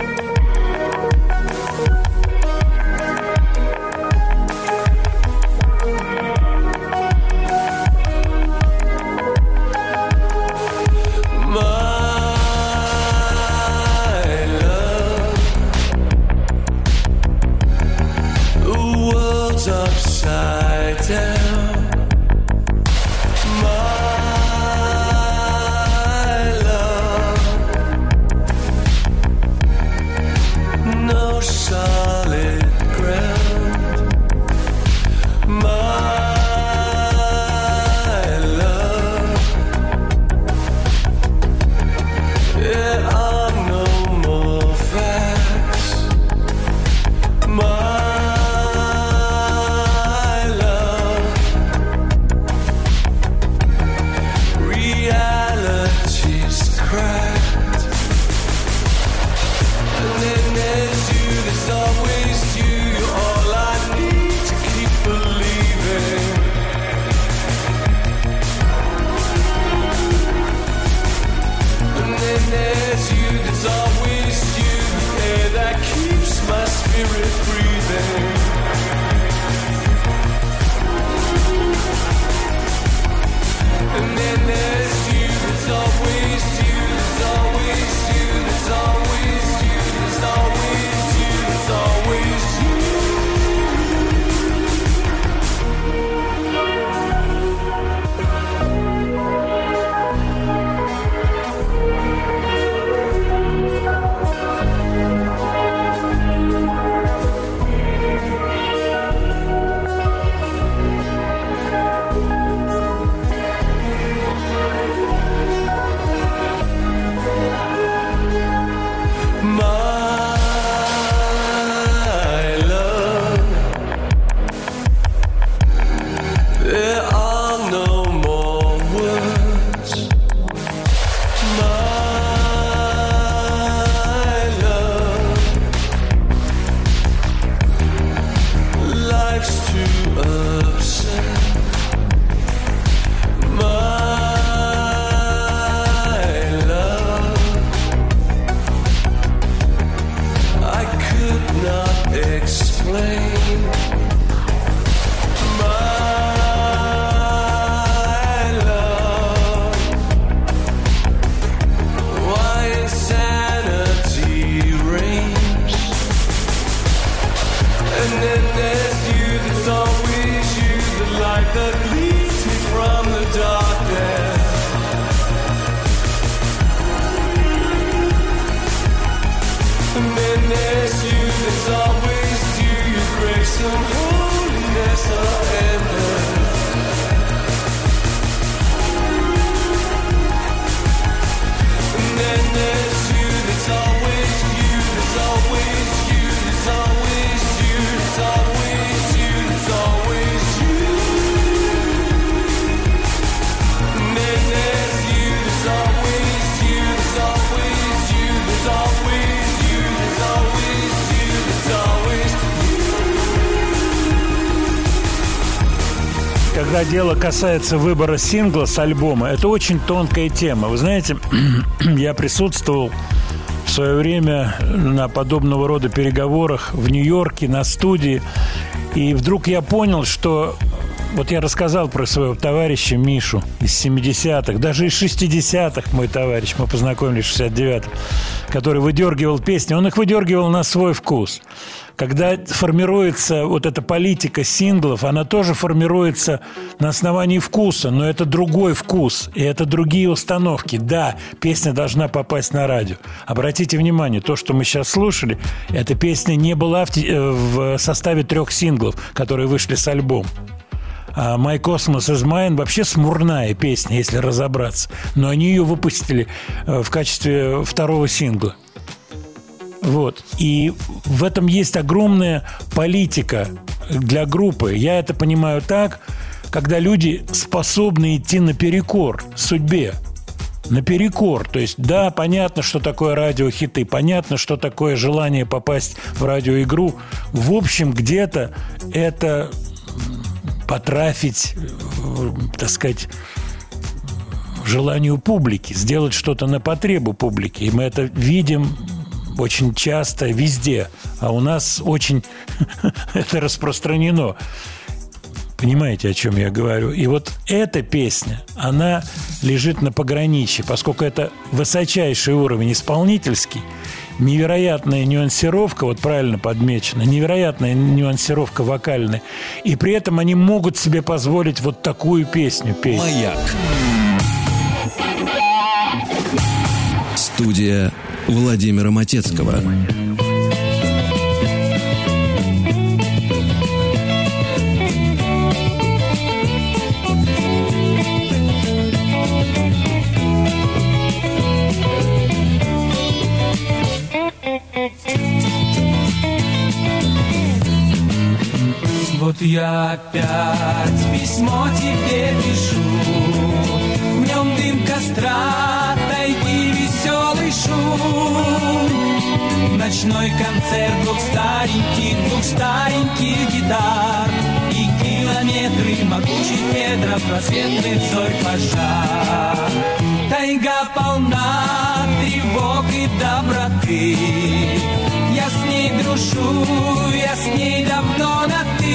Когда дело касается выбора сингла с альбома, это очень тонкая тема. Вы знаете, я присутствовал в свое время на подобного рода переговорах в Нью-Йорке, на студии, и вдруг я понял, что Вот я рассказал про своего товарища Мишу из 70-х, даже из 60-х мой товарищ, мы познакомились в 69-м, который выдергивал песни, он их выдергивал на свой вкус. Когда формируется вот эта политика синглов, она тоже формируется на основании вкуса, но это другой вкус, и это другие установки. Да, песня должна попасть на радио. Обратите внимание, то, что мы сейчас слушали, эта песня не была в составе 3 синглов, которые вышли с альбома. А «My Cosmos is Mine» вообще смурная песня, если разобраться. Но они ее выпустили в качестве 2-го сингла. Вот. И в этом есть огромная политика для группы. Я это понимаю так, когда люди способны идти наперекор судьбе. Наперекор. То есть, да, понятно, что такое радиохиты, понятно, что такое желание попасть в радиоигру. В общем, где-то это потрафить, так сказать, желанию публики, сделать что-то на потребу публики. И мы это видим очень часто везде. А у нас очень это распространено. Понимаете, о чем я говорю? И вот эта песня, она лежит на пограничье, поскольку это высочайший уровень исполнительский, невероятная нюансировка, вот правильно подмечено, невероятная нюансировка вокальная, и при этом они могут себе позволить вот такую песню петь. «Маяк». Студия Владимира Матецкого. Вот я опять письмо тебе пишу, в нем дым костра, тайги, веселый шум, ночной концерт двух стареньких гитар и километры могучих кедров, просветных зорь пожар. Тайга полна тревог и доброты, я с ней дружу, я с ней давно на «ты».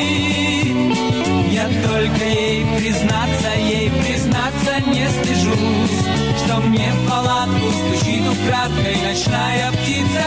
Я только ей признаться не стыжусь, что мне в палатку стучит украдкой ночная птица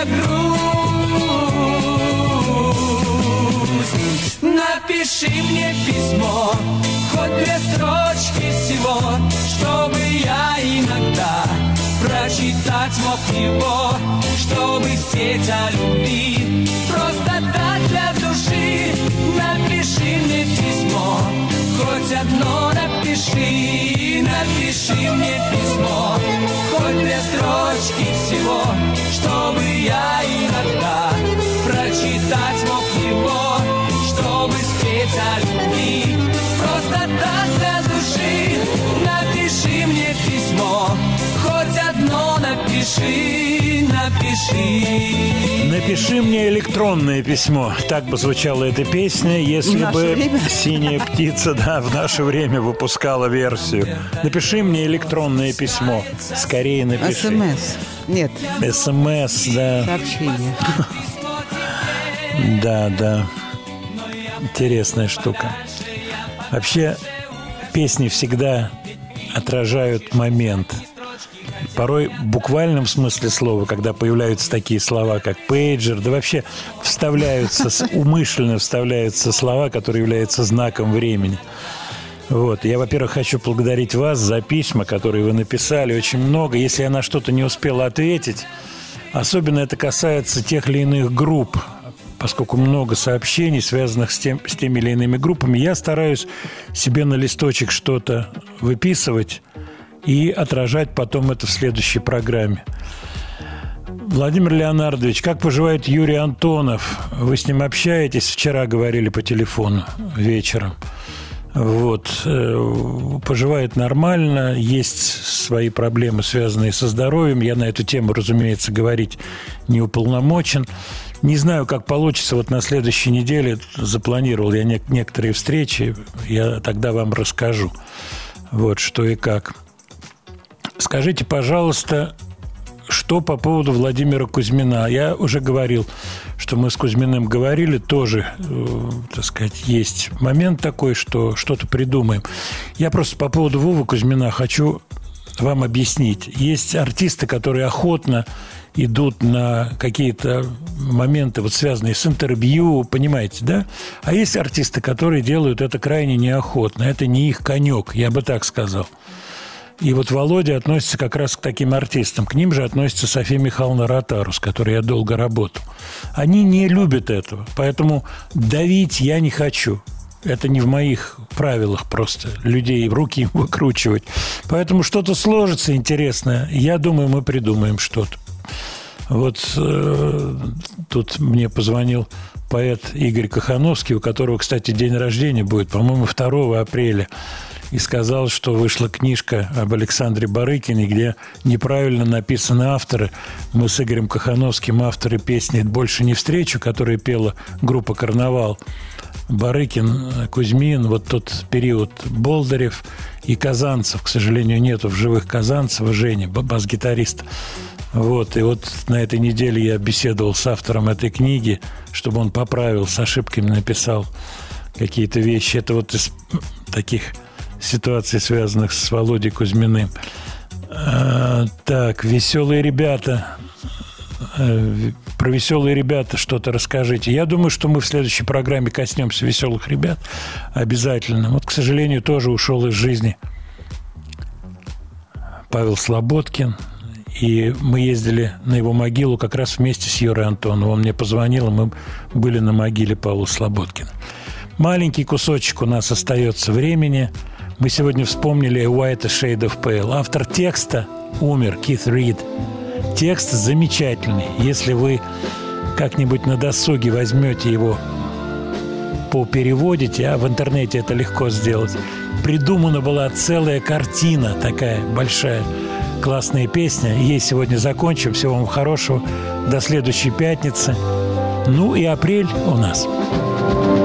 грусть. Напиши мне письмо, хоть 2 строчки всего, чтобы я иногда прочитать мог его, чтобы спеть о любви, просто так для души. Напиши мне письмо, хоть одно напиши, напиши мне письмо, хоть 2 строчки всего, чтобы я иногда прочитать мог его, чтобы спеть о любви, просто так для души. Напиши мне письмо, хоть одно напиши, напиши. Напиши мне электронное письмо. Так бы звучала эта песня, если бы «Синяя птица», да, в наше время выпускала версию. Напиши мне электронное письмо. Скорее напиши. СМС. Нет. СМС, да. Сообщение. Да, да. Интересная штука. Вообще, песни всегда отражают момент. Порой в буквальном смысле слова, когда появляются такие слова, как пейджер, да вообще умышленно вставляются слова, которые являются знаком времени. Вот. Я, во-первых, хочу поблагодарить вас за письма, которые вы написали. Очень много. Если я на что-то не успела ответить, особенно это касается тех или иных групп, поскольку много сообщений, связанных с теми или иными группами, я стараюсь себе на листочек что-то выписывать и отражать потом это в следующей программе. Владимир Леонардович, как поживает Юрий Антонов? Вы с ним общаетесь? Вчера говорили по телефону вечером. Вот. Поживает нормально, есть свои проблемы, связанные со здоровьем. Я на эту тему, разумеется, говорить не уполномочен. Не знаю, как получится. Вот на следующей неделе запланировал я некоторые встречи. Я тогда вам расскажу, вот что и как. Скажите, пожалуйста, Что по поводу Владимира Кузьмина? Я уже говорил, что мы с Кузьминым говорили, тоже, так сказать, есть момент такой, что что-то придумаем. Я просто по поводу Вовы Кузьмина хочу вам объяснить. Есть артисты, которые охотно идут на какие-то моменты, вот связанные с интервью, понимаете, да? А есть артисты, которые делают это крайне неохотно. Это не их конек, я бы так сказал. И вот Володя относится как раз к таким артистам. К ним же относится Софья Михайловна Ротару, с которой я долго работал. Они не любят этого, поэтому давить я не хочу. Это не в моих правилах просто людей в руки выкручивать. Поэтому что-то сложится интересное. Я думаю, мы придумаем что-то. Вот тут мне позвонил поэт Игорь Кохановский, у которого, кстати, день рождения будет, по-моему, 2 апреля. И сказал, что вышла книжка об Александре Барыкине, где неправильно написаны авторы. Мы с Игорем Кохановским авторы песни «Больше не встречу», которую пела группа «Карнавал». Барыкин, Кузьмин, вот тот период Болдырев и Казанцев. К сожалению, нету в живых Казанцева, Жени, бас-гитарист. Вот, и вот на этой неделе я беседовал с автором этой книги, чтобы он поправил, с ошибками написал какие-то вещи. Это вот из таких ситуаций, связанных с Володей Кузьминым. Так, «Веселые ребята». Про «Веселые ребята» что-то расскажите. Я думаю, что мы в следующей программе коснемся «Веселых ребят» обязательно. Вот, к сожалению, тоже ушел из жизни Павел Слободкин. И мы ездили на его могилу как раз вместе с Юрой Антоновым. Он мне позвонил, и мы были на могиле Павла Слободкина. Маленький кусочек у нас остается времени. Мы сегодня вспомнили «A White Shade of Pale». Автор текста умер, Кит Рид. Текст замечательный. Если вы как-нибудь на досуге возьмете его, попереводите, а в интернете это легко сделать, придумана была целая картина такая большая. Классная песня. Ей сегодня закончим. Всего вам хорошего. До следующей пятницы. Ну и апрель у нас.